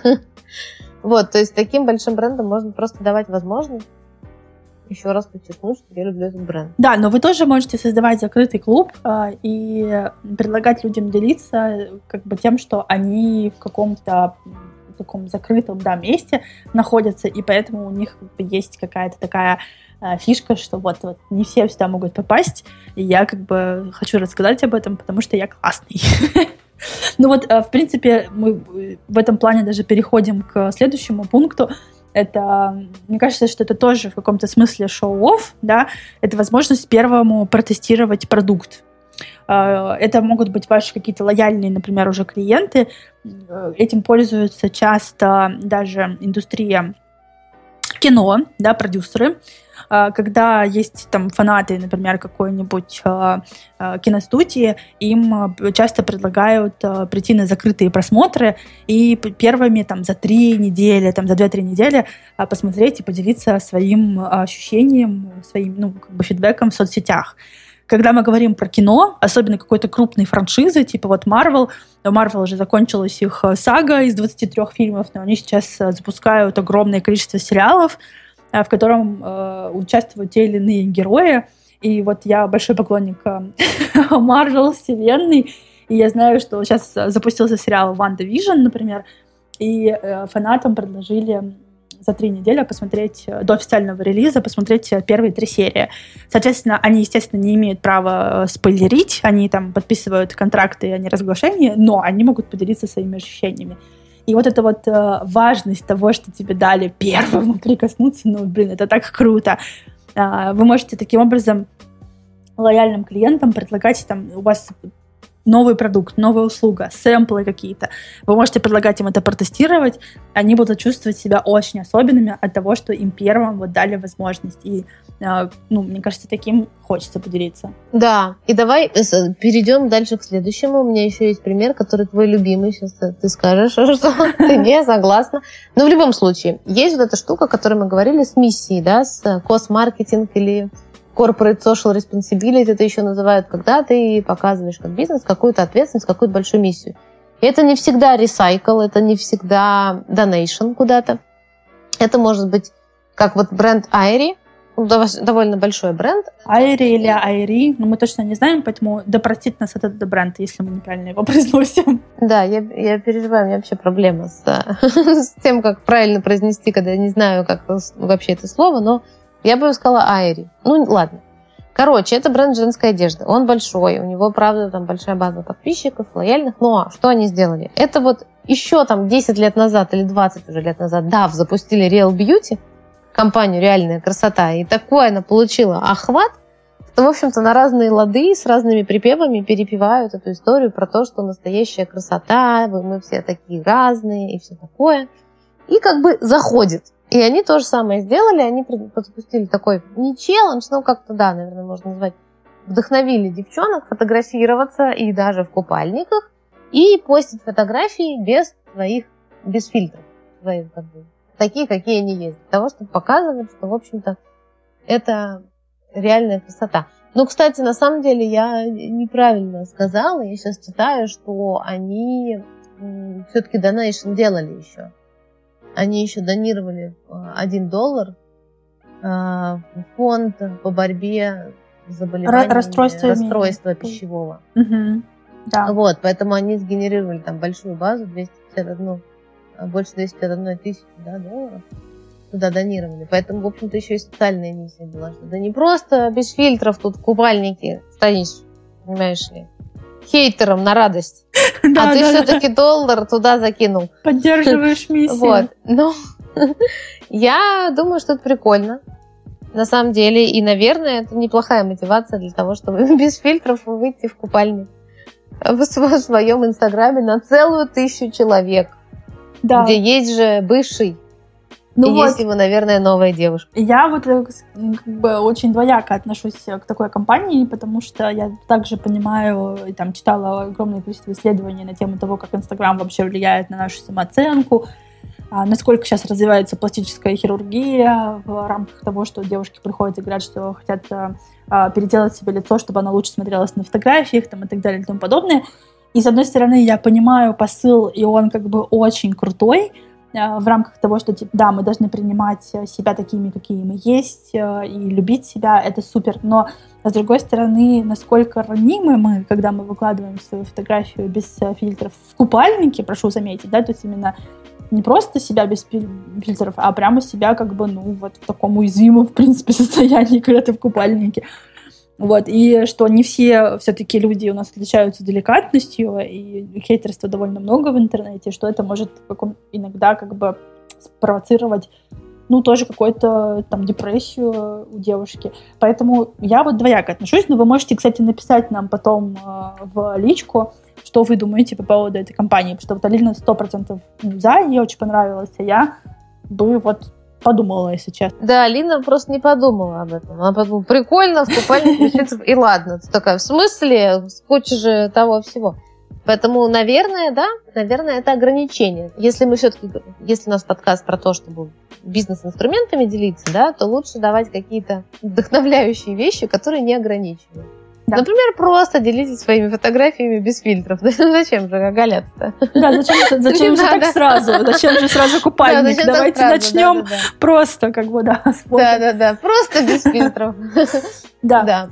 Вот, то есть таким большим брендам можно просто давать возможность еще раз подчеркнуть, что я люблю этот бренд. Да, но вы тоже можете создавать закрытый клуб э, и предлагать людям делиться как бы тем, что они в каком-то таком закрытом, да, месте находятся, и поэтому у них как бы есть какая-то такая э, фишка, что вот, вот не все сюда могут попасть, и я как бы хочу рассказать об этом, потому что я классный. Ну вот, в принципе, мы в этом плане даже переходим к следующему пункту. Это, мне кажется, что это тоже в каком-то смысле шоу-офф, да, это возможность первому протестировать продукт. Это могут быть ваши какие-то лояльные, например, уже клиенты. Этим пользуются часто даже индустрия кино, да, продюсеры. Когда есть там фанаты, например, какой-нибудь э, э, киностудии, им часто предлагают э, прийти на закрытые просмотры и первыми там за три недели, там за две-три недели э, посмотреть и поделиться своим ощущением, своим, ну, как бы фидбэком в соцсетях. Когда мы говорим про кино, особенно какой-то крупной франшизы, типа вот Marvel, у Marvel уже закончилась их сага из двадцати трёх фильмов, но они сейчас запускают огромное количество сериалов, в котором э, участвуют те или иные герои. И вот я большой поклонник Marvel вселенной, и я знаю, что сейчас запустился сериал WandaVision, например, и э, фанатам предложили за три недели посмотреть, до официального релиза, посмотреть первые три серии. Соответственно, они, естественно, не имеют права спойлерить, они там подписывают контракты о неразглашении, но они могут поделиться своими ощущениями. И вот эта вот э, важность того, что тебе дали первому прикоснуться, ну, блин, это так круто. Э, вы можете таким образом лояльным клиентам предлагать, там, у вас новый продукт, новая услуга, сэмплы какие-то. Вы можете предлагать им это протестировать, они будут чувствовать себя очень особенными от того, что им первым вот дали возможность. И, э, ну, мне кажется, таким хочется поделиться. Да, и давай перейдем дальше к следующему. У меня еще есть пример, который твой любимый. Сейчас ты скажешь, что ты не согласна. Но в любом случае, есть вот эта штука, о которой мы говорили, с миссией, да, с cost-маркетинг или corporate social responsibility, это еще называют, когда ты показываешь как бизнес какую-то ответственность, какую-то большую миссию. И это не всегда recycle, это не всегда donation куда-то. Это может быть как вот бренд Айри, довольно большой бренд. Айри или Айри, но мы точно не знаем, поэтому да простит нас этот бренд, если мы неправильно его произносим. Да, я, я переживаю, у меня вообще проблема с, с тем, как правильно произнести, когда я не знаю, как вообще это слово, но я бы сказала Айри. Ну, ладно. Короче, это бренд женской одежды. Он большой, у него, правда, там большая база подписчиков, лояльных. Но что они сделали? Это вот еще там десять лет назад или двадцать уже лет назад, да, запустили Real Beauty, компанию «Реальная красота», и такое она получила охват, что, в общем-то, на разные лады с разными припевами перепевают эту историю про то, что настоящая красота, мы все такие разные и все такое. И как бы заходит. И они то же самое сделали, они запустили такой, не челлендж, но как-то, да, наверное, можно назвать, вдохновили девчонок фотографироваться и даже в купальниках, и постить фотографии без своих, без фильтров, своих, как бы, такие, какие они есть, для того, чтобы показывать, что, в общем-то, это реальная красота. Ну, кстати, на самом деле я неправильно сказала, я сейчас читаю, что они все-таки донейшн делали еще. Они еще донировали один доллар в фонд по борьбе с заболеваниями расстройства пищевого. Угу. Да. Вот, поэтому они сгенерировали там большую базу, двести пятьдесят один, больше двести пятьдесят одна тысяча, да, долларов туда донировали. Поэтому, в общем-то, еще и социальная миссия была, что да не просто без фильтров тут в купальнике стоишь, понимаешь ли, хейтером на радость. Да, а ты да, все-таки да. доллар туда закинул. Поддерживаешь миссию. Вот. Ну, я думаю, что это прикольно. На самом деле. И, наверное, это неплохая мотивация для того, чтобы без фильтров выйти в купальник в своем инстаграме на целую тысячу человек. Да. Где есть же бывший Ну и вот, есть его, наверное, новая девушка. Я вот как бы очень двояко отношусь к такой компании, потому что я также понимаю, и там читала огромное количество исследований на тему того, как Инстаграм вообще влияет на нашу самооценку, насколько сейчас развивается пластическая хирургия в рамках того, что девушки приходят и говорят, что хотят переделать себе лицо, чтобы оно лучше смотрелось на фотографиях там, и так далее и тому подобное. И, с одной стороны, я понимаю посыл, и он как бы очень крутой, в рамках того, что, типа, да, мы должны принимать себя такими, какие мы есть, и любить себя, это супер. Но, с другой стороны, насколько ранимы мы, когда мы выкладываем свою фотографию без фильтров в купальнике, прошу заметить, да, то есть именно не просто себя без фильтров, а прямо себя как бы, ну, вот в таком уязвимом, в принципе, состоянии, когда ты в купальнике. Вот, и что не все все-таки люди у нас отличаются деликатностью, и хейтерства довольно много в интернете, что это может иногда как бы спровоцировать, ну, тоже какую-то там депрессию у девушки. Поэтому я вот двояко отношусь, но вы можете, кстати, написать нам потом э, в личку, что вы думаете по поводу этой компании, потому что вот Алина сто процентов за, ей очень понравилось, а я бы вот подумала, если честно. Да, Алина просто не подумала об этом. Она подумала, прикольно, в купальник решиться, и ладно. Ты такая, в смысле? Куча же того всего. Поэтому, наверное, да, наверное, это ограничение. Если мы все-таки, если у нас подкаст про то, чтобы бизнес-инструментами делиться, да, то лучше давать какие-то вдохновляющие вещи, которые не ограничивают. Да. Например, просто делитесь своими фотографиями без фильтров. Зачем же оголяться-то? Да, зачем, зачем же так сразу? Зачем же сразу купальник? Да, давайте сразу, начнем да, да, да. просто, как бы, да, с фото. Да, да, да, просто без фильтров. Да. да.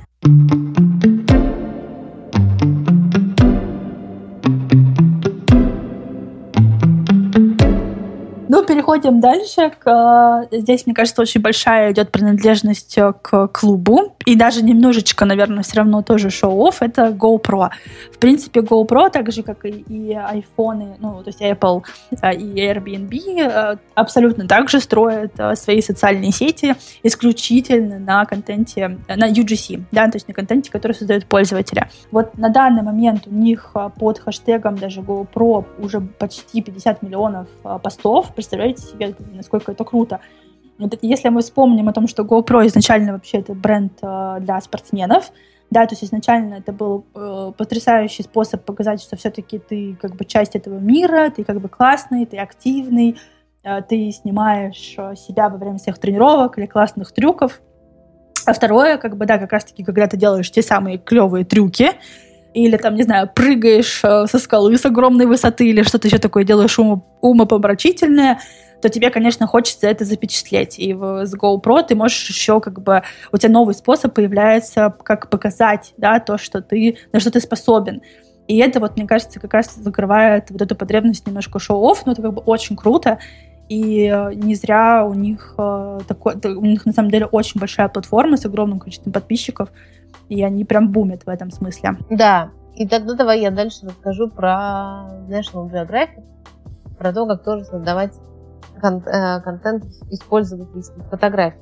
Ну, переходим дальше. К, здесь, мне кажется, очень большая идет принадлежность к клубу. И даже немножечко, наверное, все равно тоже шоу-офф. Это GoPro. В принципе, GoPro, так же, как и, и iPhone, ну, то есть Apple и Airbnb, абсолютно так же строят свои социальные сети исключительно на контенте, на ю джи си, да, то есть на контенте, который создают пользователи. Вот на данный момент у них под хэштегом даже GoPro уже почти пятьдесят миллионов постов. Представляете себе, насколько это круто. Если мы вспомним о том, что GoPro изначально вообще это бренд для спортсменов, да, то есть изначально это был э, потрясающий способ показать, что все-таки ты как бы часть этого мира, ты как бы классный, ты активный, э, ты снимаешь себя во время всех тренировок или классных трюков. А второе, как бы, да, как раз-таки, когда ты делаешь те самые клевые трюки, или там, не знаю, прыгаешь со скалы с огромной высоты, или что-то еще такое делаешь ум, умопомрачительное, то тебе, конечно, хочется это запечатлеть. И в, с GoPro ты можешь еще как бы... У тебя новый способ появляется, как показать, да, то, что ты, на что ты способен. И это, вот, мне кажется, как раз закрывает вот эту потребность немножко шоу-офф, но это как бы очень круто. И не зря у них, такой, у них на самом деле очень большая платформа с огромным количеством подписчиков, и они прям бумят в этом смысле. Да, и тогда давай я дальше расскажу про National Geographic, про то, как тоже создавать кон- э, контент использовательских фотографий.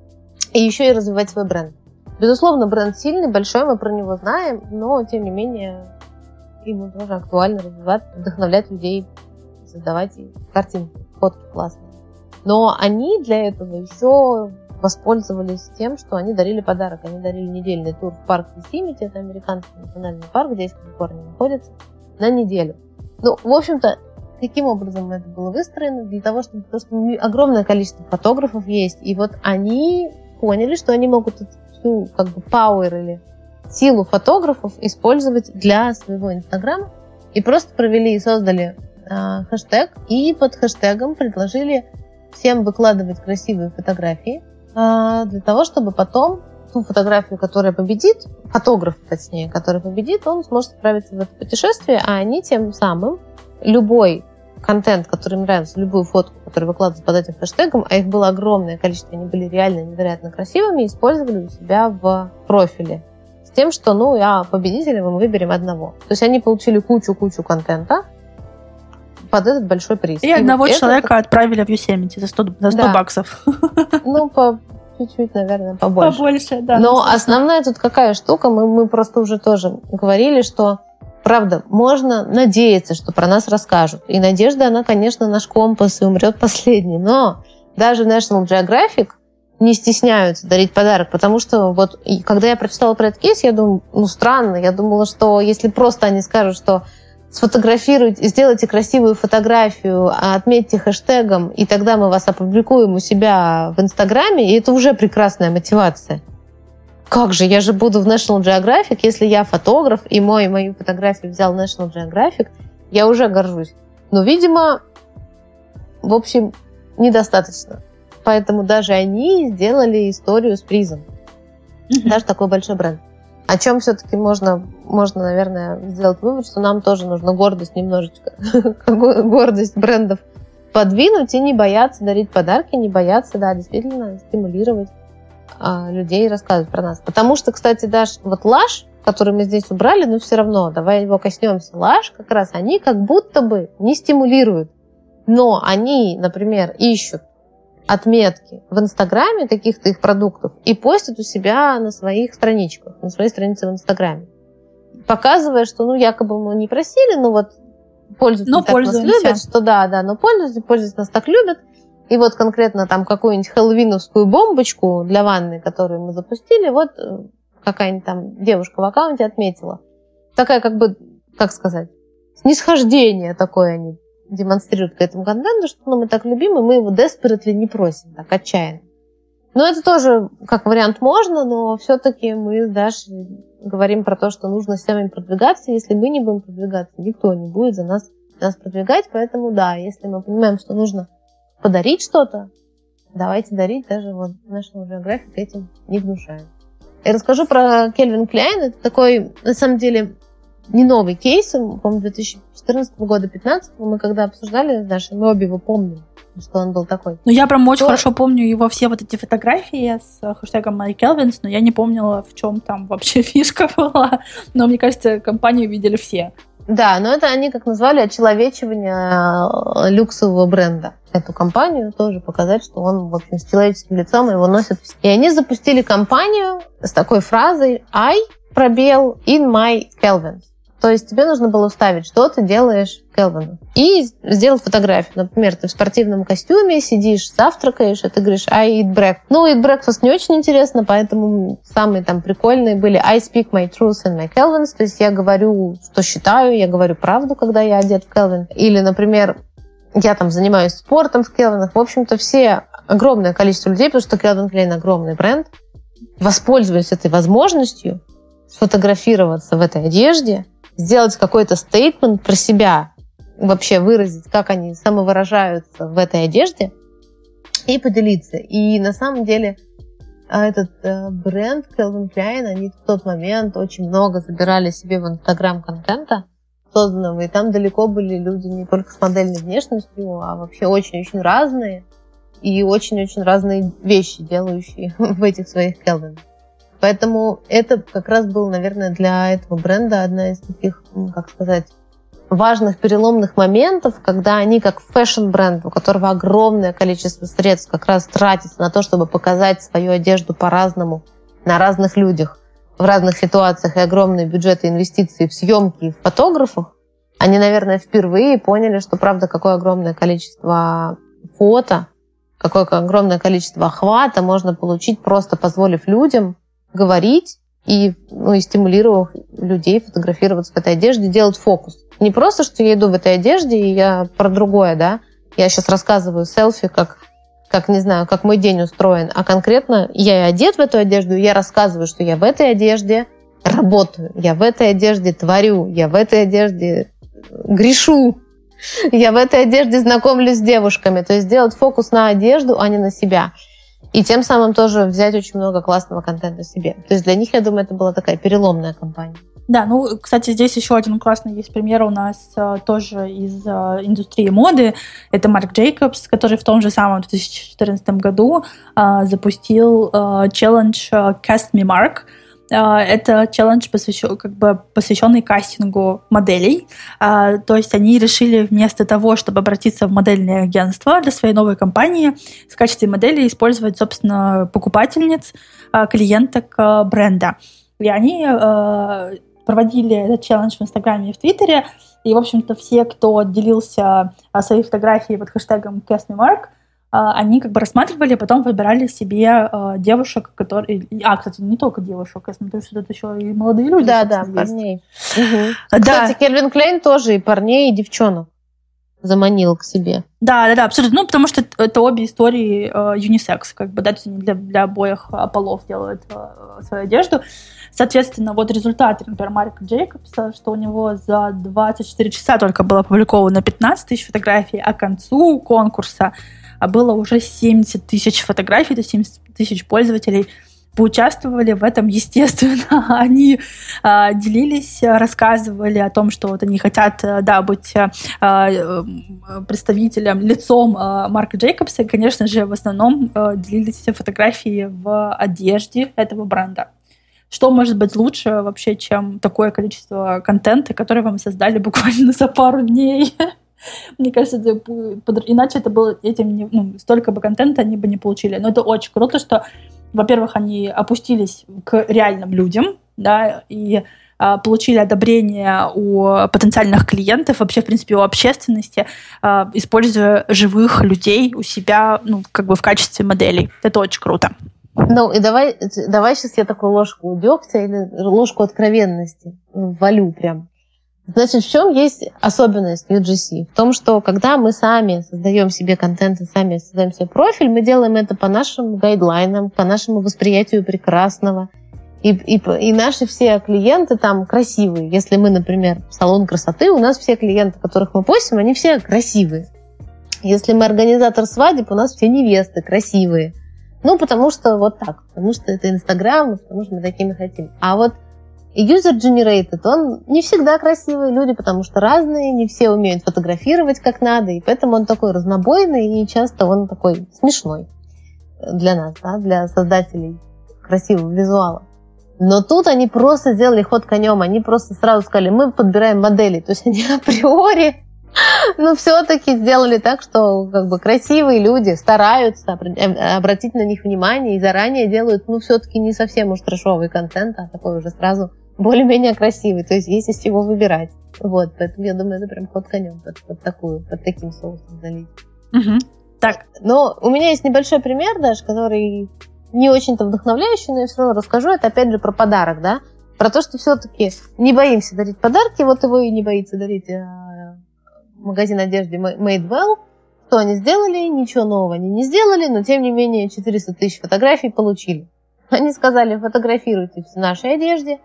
И еще и развивать свой бренд. Безусловно, бренд сильный, большой, мы про него знаем, но, тем не менее, ему тоже актуально развивать, вдохновлять людей, создавать картинки, фотки классные. Но они для этого еще воспользовались тем, что они дарили подарок. Они дарили недельный тур в парк Йосемити, это американский национальный парк, здесь в Калифорнии находится, на неделю. Ну, в общем-то, каким образом это было выстроено? Для того, чтобы просто огромное количество фотографов есть, и вот они поняли, что они могут всю как бы power или силу фотографов использовать для своего Инстаграма, и просто провели и создали э, хэштег, и под хэштегом предложили всем выкладывать красивые фотографии, для того, чтобы потом ту фотографию, которая победит, фотограф, точнее, который победит, он сможет отправиться в это путешествие, а они тем самым любой контент, который им нравится, любую фотку, которую выкладывают под этим хэштегом, а их было огромное количество, они были реально невероятно красивыми, использовали у себя в профиле. С тем, что, ну, а победителя мы выберем одного. То есть они получили кучу-кучу контента под этот большой приз. И, и одного вот человека это... отправили в Йосемити за сто, за сто да. баксов. Ну, по чуть-чуть, наверное, побольше. Побольше, да. Но основная тут какая штука, мы, мы просто уже тоже говорили, что, правда, можно надеяться, что про нас расскажут. И надежда, она, конечно, наш компас и умрет последней. Но даже National Geographic не стесняются дарить подарок, потому что вот когда я прочитала про этот кейс, я думаю, ну странно, я думала, что если просто они скажут, что сфотографируйте, сделайте красивую фотографию, отметьте хэштегом, и тогда мы вас опубликуем у себя в Инстаграме, и это уже прекрасная мотивация. Как же, я же буду в National Geographic, если я фотограф, и мой, мою фотографию взял National Geographic, я уже горжусь. Но, видимо, в общем, недостаточно. Поэтому даже они сделали историю с призом. Mm-hmm. Даже такой большой бренд. О чем все-таки можно, можно, наверное, сделать вывод, что нам тоже нужно гордость немножечко, гордость брендов подвинуть и не бояться дарить подарки, не бояться, да, действительно стимулировать а, людей рассказывать про нас. Потому что, кстати, Даш, вот Lush, который мы здесь убрали, но все равно, давай его коснемся. Lush как раз, они как будто бы не стимулируют, но они, например, ищут отметки в Инстаграме каких-то их продуктов и постят у себя на своих страничках, на своей странице в Инстаграме, показывая, что, ну, якобы мы не просили, но вот пользователи но так нас любят, что да, да, но пользователи, пользователи нас так любят, и вот конкретно там какую-нибудь хэллоуиновскую бомбочку для ванны, которую мы запустили, вот какая-нибудь там девушка в аккаунте отметила. Такая как бы, как сказать, снисхождение такое они демонстрируют к этому контенту, что ну, мы так любим, и мы его desperately не просим, так отчаянно. Но это тоже, как вариант, можно, но все-таки мы с Дашей говорим про то, что нужно всем продвигаться. Если мы не будем продвигаться, никто не будет за нас, нас продвигать. Поэтому да, если мы понимаем, что нужно подарить что-то, давайте дарить. Даже вот National Geographic этим не внушаем. Я расскажу про Calvin Klein. Это такой, на самом деле, не новый кейс, по-моему, две тысячи четырнадцатого года, две тысячи пятнадцатого, мы когда обсуждали с Дашей, мы обе его помним, что он был такой. Ну, я прям очень то... хорошо помню его все вот эти фотографии с хэштегом MyKelvins, но я не помнила, в чем там вообще фишка была. Но, мне кажется, компанию видели все. Да, но это они как назвали очеловечивание люксового бренда. Эту компанию тоже показать, что он, в общем, с человеческим лицом, его носят все. И они запустили кампанию с такой фразой I, пробел, in my Kelvins. То есть тебе нужно было вставить, что ты делаешь в Келвину. И сделать фотографию. Например, ты в спортивном костюме сидишь, завтракаешь, и ты говоришь I eat breakfast. Ну, eat breakfast не очень интересно, поэтому самые там прикольные были I speak my truth in my Kelvins. То есть я говорю, что считаю, я говорю правду, когда я одет в Келвин. Или, например, я там занимаюсь спортом в Келвинах. В общем-то, все, огромное количество людей, потому что Calvin Klein огромный бренд, воспользовались этой возможностью сфотографироваться в этой одежде, сделать какой-то стейтмент про себя, вообще выразить, как они самовыражаются в этой одежде и поделиться. И на самом деле этот бренд Calvin Klein, они в тот момент очень много забирали себе в Инстаграм контента созданного, и там далеко были люди не только с модельной внешностью, а вообще очень-очень разные и очень-очень разные вещи, делающие в этих своих Calvin. Поэтому это как раз был, наверное, для этого бренда одна из таких, как сказать, важных переломных моментов, когда они как фэшн-бренд, у которого огромное количество средств как раз тратится на то, чтобы показать свою одежду по-разному, на разных людях, в разных ситуациях, и огромные бюджеты инвестиции в съемки и в фотографов, они, наверное, впервые поняли, что, правда, какое огромное количество фото, какое огромное количество охвата можно получить, просто позволив людям говорить и, ну, и стимулировав людей фотографироваться в этой одежде, делать фокус. Не просто, что я иду в этой одежде, и я про другое, да, я сейчас рассказываю селфи, как, как, не знаю, как мой день устроен, а конкретно я одет в эту одежду, и я рассказываю, что я в этой одежде работаю, я в этой одежде творю, я в этой одежде грешу, я в этой одежде знакомлюсь с девушками. То есть сделать фокус на одежду, а не на себя. И тем самым тоже взять очень много классного контента себе. То есть для них, я думаю, это была такая переломная кампания. Да, ну, кстати, здесь еще один классный есть пример у нас а, тоже из а, индустрии моды. Это Марк Джейкобс, который в том же самом две тысячи четырнадцатом году а, запустил а, челлендж а, Cast Me Mark. А, это челлендж, посвящен, как бы посвященный кастингу моделей. А, то есть они решили вместо того, чтобы обратиться в модельное агентство для своей новой компании, в качестве модели использовать, собственно, покупательниц, а, клиенток а, бренда. И они а, проводили этот челлендж в Инстаграме и в Твиттере, и, в общем-то, все, кто делился своей фотографией под хэштегом CastMeMark, они как бы рассматривали, а потом выбирали себе девушек, которые... А, кстати, не только девушек, я смотрю, что тут еще и молодые люди. Да, да, парней. Угу. Да. Кстати, Кельвин Клейн тоже и парней, и девчонок заманил к себе. Да, да, да, абсолютно. Ну, потому что это обе истории э, юнисекс, как бы, да, то есть они для, для обоих полов делают э, свою одежду. Соответственно, вот результаты, например, Марка Джейкобса, что у него за двадцать четыре часа только было опубликовано пятнадцать тысяч фотографий, а к концу конкурса было уже семьдесят тысяч фотографий, то есть семьдесят тысяч пользователей поучаствовали в этом, естественно. Они э, делились, рассказывали о том, что вот они хотят, да, быть э, представителем, лицом э, Марка Джейкобса. И, конечно же, в основном э, делились фотографии в одежде этого бренда. Что может быть лучше вообще, чем такое количество контента, которое вам создали буквально за пару дней? Мне кажется, это, иначе это было этим, ну, столько бы контента они бы не получили. Но это очень круто, что, во-первых, они опустились к реальным людям, да, и а, получили одобрение у потенциальных клиентов, вообще, в принципе, у общественности, а, используя живых людей у себя, ну, как бы в качестве моделей. Это очень круто. Ну, и давай, давай сейчас я такую ложку дегтя или ложку откровенности ввалю прям. Значит, в чем есть особенность ю джи си? В том, что когда мы сами создаем себе контент и сами создаем себе профиль, мы делаем это по нашим гайдлайнам, по нашему восприятию прекрасного. И, и, и наши все клиенты там красивые. Если мы, например, салон красоты, у нас все клиенты, которых мы постим, они все красивые. Если мы организатор свадеб, у нас все невесты красивые. Ну, потому что вот так. Потому что это Инстаграм, потому что мы такими хотим. А вот user-generated, он не всегда красивые люди, потому что разные, не все умеют фотографировать как надо, и поэтому он такой разнобойный, и часто он такой смешной для нас, да, для создателей красивого визуала. Но тут они просто сделали ход конем, они просто сразу сказали, мы подбираем модели, то есть они априори, ну, все-таки сделали так, что как бы красивые люди стараются обратить на них внимание и заранее делают, ну, все-таки не совсем уж трэшовый контент, а такой уже сразу более-менее красивый, то есть есть из чего выбирать. Вот, поэтому я думаю, это прям ход конем под, под такую, под таким соусом залить. Угу. Так. Но у меня есть небольшой пример даже, который не очень-то вдохновляющий, но я все равно расскажу. Это опять же про подарок, да? Про то, что все-таки не боимся дарить подарки, вот его и не боится дарить магазин одежды Madewell. Что они сделали? Ничего нового они не сделали, но тем не менее четыреста тысяч фотографий получили. Они сказали, фотографируйте в нашей одежде,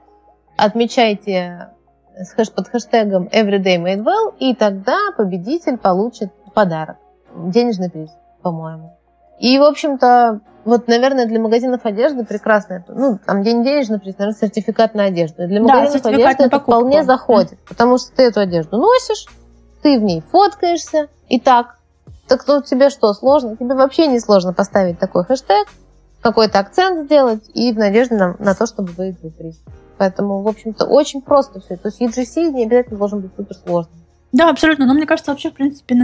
отмечайте под хэштегом Everyday Madewell, и тогда победитель получит подарок. Денежный приз, по-моему. И, в общем-то, вот, наверное, для магазинов одежды прекрасно. Ну, там, где не денежный приз, наверное, сертификат на одежду. Для магазинов да, одежды это вполне заходит, потому что ты эту одежду носишь, ты в ней фоткаешься, и так. Так ну, тебе что, сложно? Тебе вообще не сложно поставить такой хэштег, какой-то акцент сделать, и в надежде на, на то, чтобы выиграть приз. Поэтому, в общем-то, очень просто все. То есть ю джи си не обязательно должен быть суперсложным. Да, абсолютно. Но мне кажется, вообще, в принципе,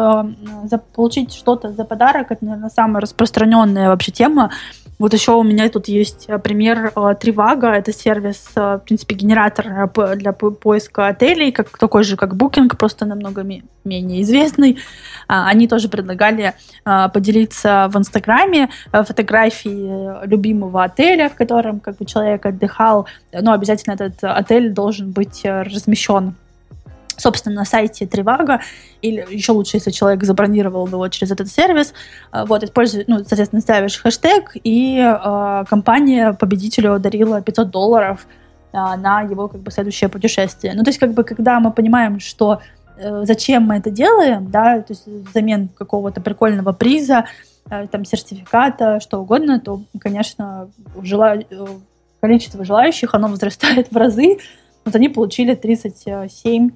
за, получить что-то за подарок, это, наверное, самая распространенная вообще тема. Вот еще у меня тут есть пример Trivago. Это сервис, в принципе, генератор для поиска отелей, как, такой же, как Booking, просто намного менее известный. Они тоже предлагали поделиться в Инстаграме фотографии любимого отеля, в котором как бы, человек отдыхал. Но обязательно этот отель должен быть размещен, собственно, на сайте Trivago, или еще лучше, если человек забронировал его через этот сервис. Вот, используешь, ну, соответственно, ставишь хэштег, и э, компания победителю дарила пятьсот долларов э, на его как бы следующее путешествие. Ну, то есть, как бы, когда мы понимаем, что э, зачем мы это делаем, да, то есть взамен какого-то прикольного приза, э, там, сертификата, что угодно, то, конечно, жела... количество желающих, оно возрастает в разы. Вот они получили тридцать семь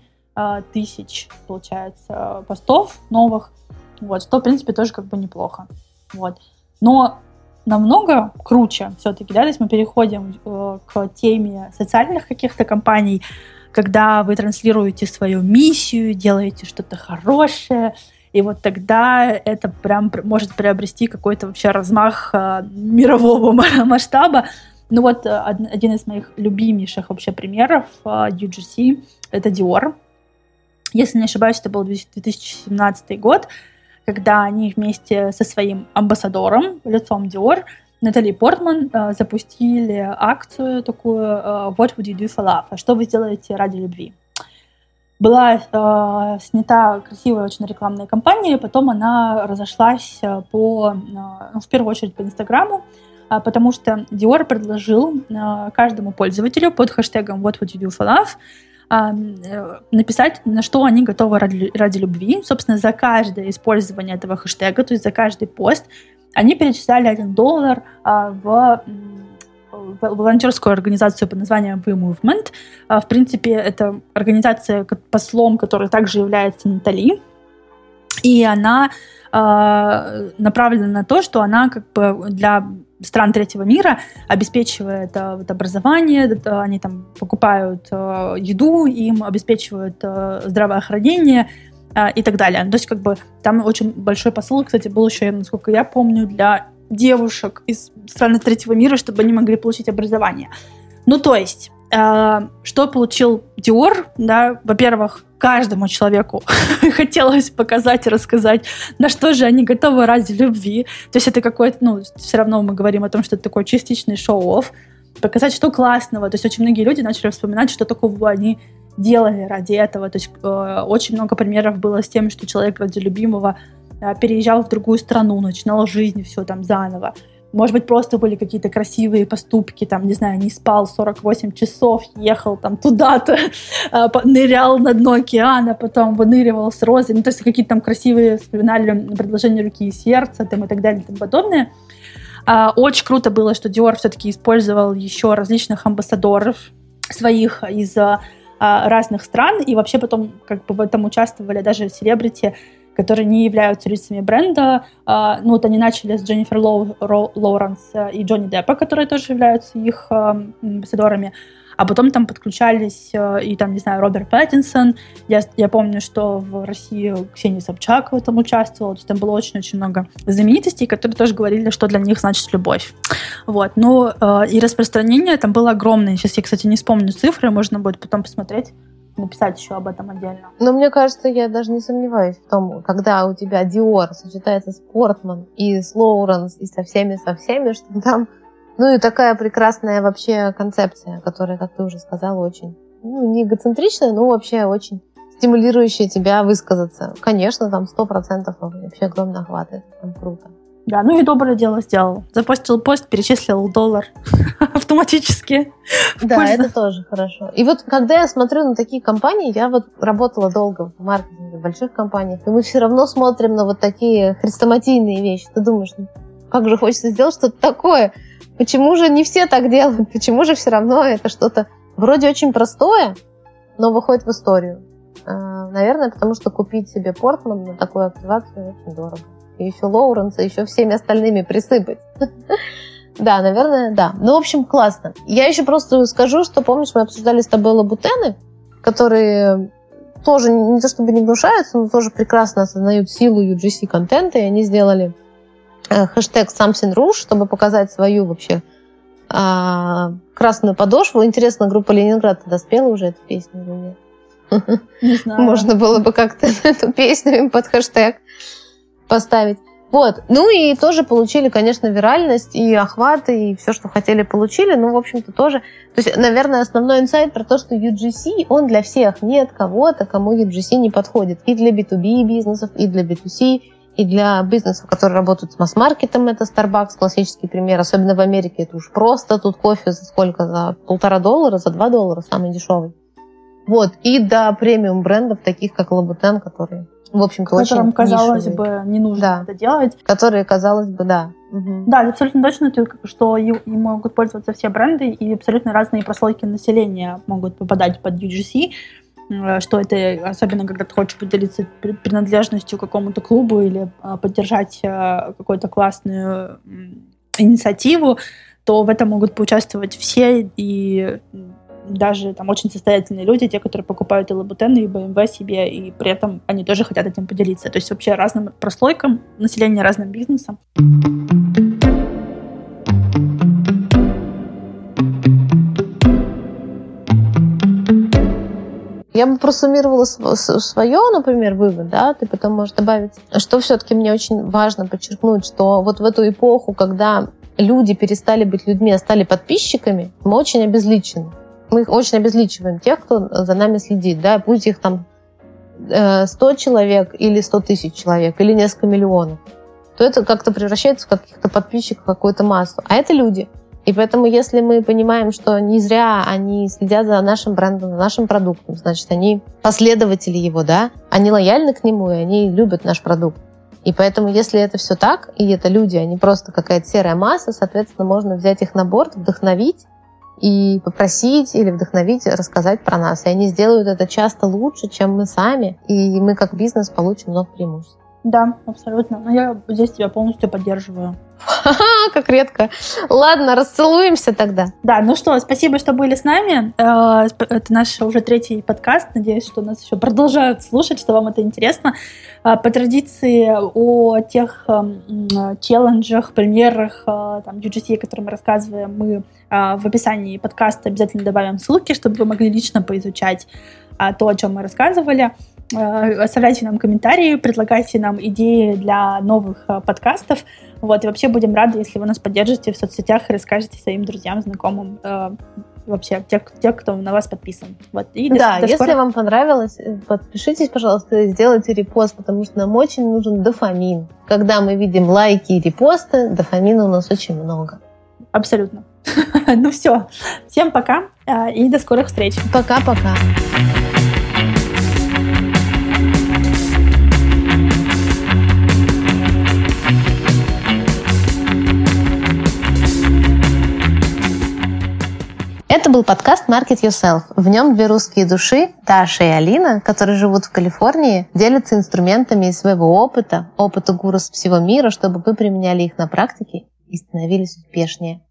тысяч, получается, постов новых, вот, что, в принципе, тоже как бы неплохо, вот. Но намного круче все-таки, да, то есть мы переходим э, к теме социальных каких-то компаний, когда вы транслируете свою миссию, делаете что-то хорошее, и вот тогда это прям может приобрести какой-то вообще размах э, мирового масштаба. Ну вот один из моих любимейших вообще примеров э, ю джи си — это Dior. Если не ошибаюсь, это был две тысячи семнадцатый год. когда они вместе со своим амбассадором, лицом Dior, Натали Портман, запустили акцию такую «What would you do for love?» «Что вы сделаете ради любви?». Была э, снята красивая очень рекламная кампания, потом она разошлась по, э, в первую очередь по Инстаграму, э, потому что Dior предложил э, каждому пользователю под хэштегом «What would you do for love?» э, написать, на что они готовы ради, ради любви. Собственно, за каждое использование этого хэштега, то есть за каждый пост, они перечисляли один доллар э, в... волонтерскую организацию под названием We Movement. В принципе, это организация, послом которой также является Натали. И она э, направлена на то, что она как бы для стран третьего мира обеспечивает э, вот, образование, это, они там покупают э, еду, им обеспечивают э, здравоохранение э, и так далее. То есть как бы там очень большой посыл, кстати, был еще, насколько я помню, для девушек из стран третьего мира, чтобы они могли получить образование. Ну, то есть, э, что получил Dior, да, во-первых, каждому человеку хотелось показать и рассказать, на что же они готовы ради любви. То есть это какой-то, ну, все равно мы говорим о том, что это такой частичный шоу-офф, показать, что классного. То есть очень многие люди начали вспоминать, что такого они делали ради этого. То есть э, очень много примеров было с тем, что человек ради любимого переезжал в другую страну, начинал жизнь, все там заново. Может быть, просто были какие-то красивые поступки, там, не знаю, не спал сорок восемь часов, ехал там туда-то, нырял на дно океана, потом выныривал с розами, ну, то есть какие-то там красивые вспоминали предложения руки и сердца, там, и так далее, и тому подобное. Очень круто было, что Dior все-таки использовал еще различных амбассадоров своих из разных стран, и вообще потом как бы в этом участвовали даже селебрити, которые не являются лицами бренда. Ну, вот они начали с Дженнифер Лоу, Ро, Лоуренс и Джонни Деппа, которые тоже являются их амбассадорами. А потом там подключались и, там, не знаю, Роберт Паттинсон. Я, я помню, что в России Ксения Собчак в этом участвовала. То есть там было очень-очень много знаменитостей, которые тоже говорили, что для них значит любовь. Вот. Ну, и распространение там было огромное. Сейчас я, кстати, не вспомню цифры, можно будет потом посмотреть, написать еще об этом отдельно. Но мне кажется, я даже не сомневаюсь в том, когда у тебя Dior сочетается с Портман и с Лоуренс и со всеми-со всеми, что там, ну и такая прекрасная вообще концепция, которая, как ты уже сказала, очень, ну, не эгоцентричная, но вообще очень стимулирующая тебя высказаться. Конечно, там сто процентов вообще огромный охват, это там круто. Да, ну и доброе дело сделал. Запостил пост, перечислил доллар автоматически. Да, пользу. Это тоже хорошо. И вот когда я смотрю на такие компании, я вот работала долго в маркетинге в больших компаниях, и мы все равно смотрим на вот такие хрестоматийные вещи. Ты думаешь, ну, как же хочется сделать что-то такое? Почему же не все так делают? Почему же все равно это что-то вроде очень простое, но выходит в историю? Наверное, потому что купить себе Портман на такую активацию очень дорого. И еще Лоуренса, еще всеми остальными присыпать. Да, наверное, да. Ну, в общем, классно. Я еще просто скажу, что, помнишь, мы обсуждали с тобой лабутены, которые тоже не то чтобы не гнушаются, но тоже прекрасно осознают силу ю джи си-контента, и они сделали хэштег Something Rouge, чтобы показать свою вообще а, красную подошву. Интересно, группа Ленинград тогда спела уже эту песню или нет? Не знаю. Можно было бы как-то эту песню им под хэштег поставить. Вот. Ну и тоже получили, конечно, виральность и охваты, и все, что хотели, получили. Ну, в общем-то, тоже. То есть, наверное, основной инсайт про то, что ю джи си, он для всех. Нет кого-то, кому ю джи си не подходит. И для би ту би бизнесов, и для би ту си, и для бизнесов, которые работают с масс-маркетом. Это Starbucks, классический пример. Особенно в Америке это уж просто. Тут кофе за сколько? За полтора доллара, за два доллара, самый дешевый. Вот. И до премиум брендов, таких как Лабутен, которые, в общем-то, очень которым, казалось нишевые. бы, не нужно Да. это делать. Которые, казалось бы, да. Угу. Да, абсолютно точно, что им могут пользоваться все бренды, и абсолютно разные прослойки населения могут попадать под ю джи си. Что это, особенно когда ты хочешь поделиться принадлежностью к какому-то клубу или поддержать какую-то классную инициативу, то в этом могут поучаствовать все, и даже там очень состоятельные люди, те, которые покупают и Лабутены, и бэ эм вэ себе, и при этом они тоже хотят этим поделиться. То есть вообще разным прослойкам населения, разным бизнесам. Я бы просуммировала свое, например, вывод, да, ты потом можешь добавить, что все-таки мне очень важно подчеркнуть, что вот в эту эпоху, когда люди перестали быть людьми, а стали подписчиками, мы очень обезличены. Мы их очень обезличиваем, тех, кто за нами следит, да, будь их там сто человек или сто тысяч человек, или несколько миллионов, то это как-то превращается в каких-то подписчиков, в какую-то массу. А это люди. И поэтому, если мы понимаем, что не зря они следят за нашим брендом, за нашим продуктом, значит, они последователи его, да, они лояльны к нему, и они любят наш продукт. И поэтому, если это все так, и это люди, а не просто какая-то серая масса, соответственно, можно взять их на борт, вдохновить и попросить или вдохновить рассказать про нас. И они сделают это часто лучше, чем мы сами, и мы как бизнес получим много преимуществ. Да, абсолютно. Но я здесь тебя полностью поддерживаю. Ха-ха, как редко. Ладно, расцелуемся тогда. Да, ну что, спасибо, что были с нами. Это наш уже третий подкаст. Надеюсь, что нас еще продолжают слушать, что вам это интересно. По традиции о тех челленджах, примерах там, ю джи си, о которых мы рассказываем, мы в описании подкаста обязательно добавим ссылки, чтобы вы могли лично поизучать то, о чем мы рассказывали. Оставляйте нам комментарии, предлагайте нам идеи для новых подкастов. Вот, и вообще будем рады, если вы нас поддержите в соцсетях и расскажете своим друзьям, знакомым, э, вообще тех, тех, кто на вас подписан. Вот, и да, до, до если скорых... вам понравилось, подпишитесь, пожалуйста, и сделайте репост, потому что нам очень нужен дофамин. Когда мы видим лайки и репосты, дофамина у нас очень много. Абсолютно. Ну все, всем пока и до скорых встреч. Пока-пока. Это был подкаст Market Yourself. В нем две русские души, Даша и Алина, которые живут в Калифорнии, делятся инструментами из своего опыта, опыта гуру с всего мира, чтобы вы применяли их на практике и становились успешнее.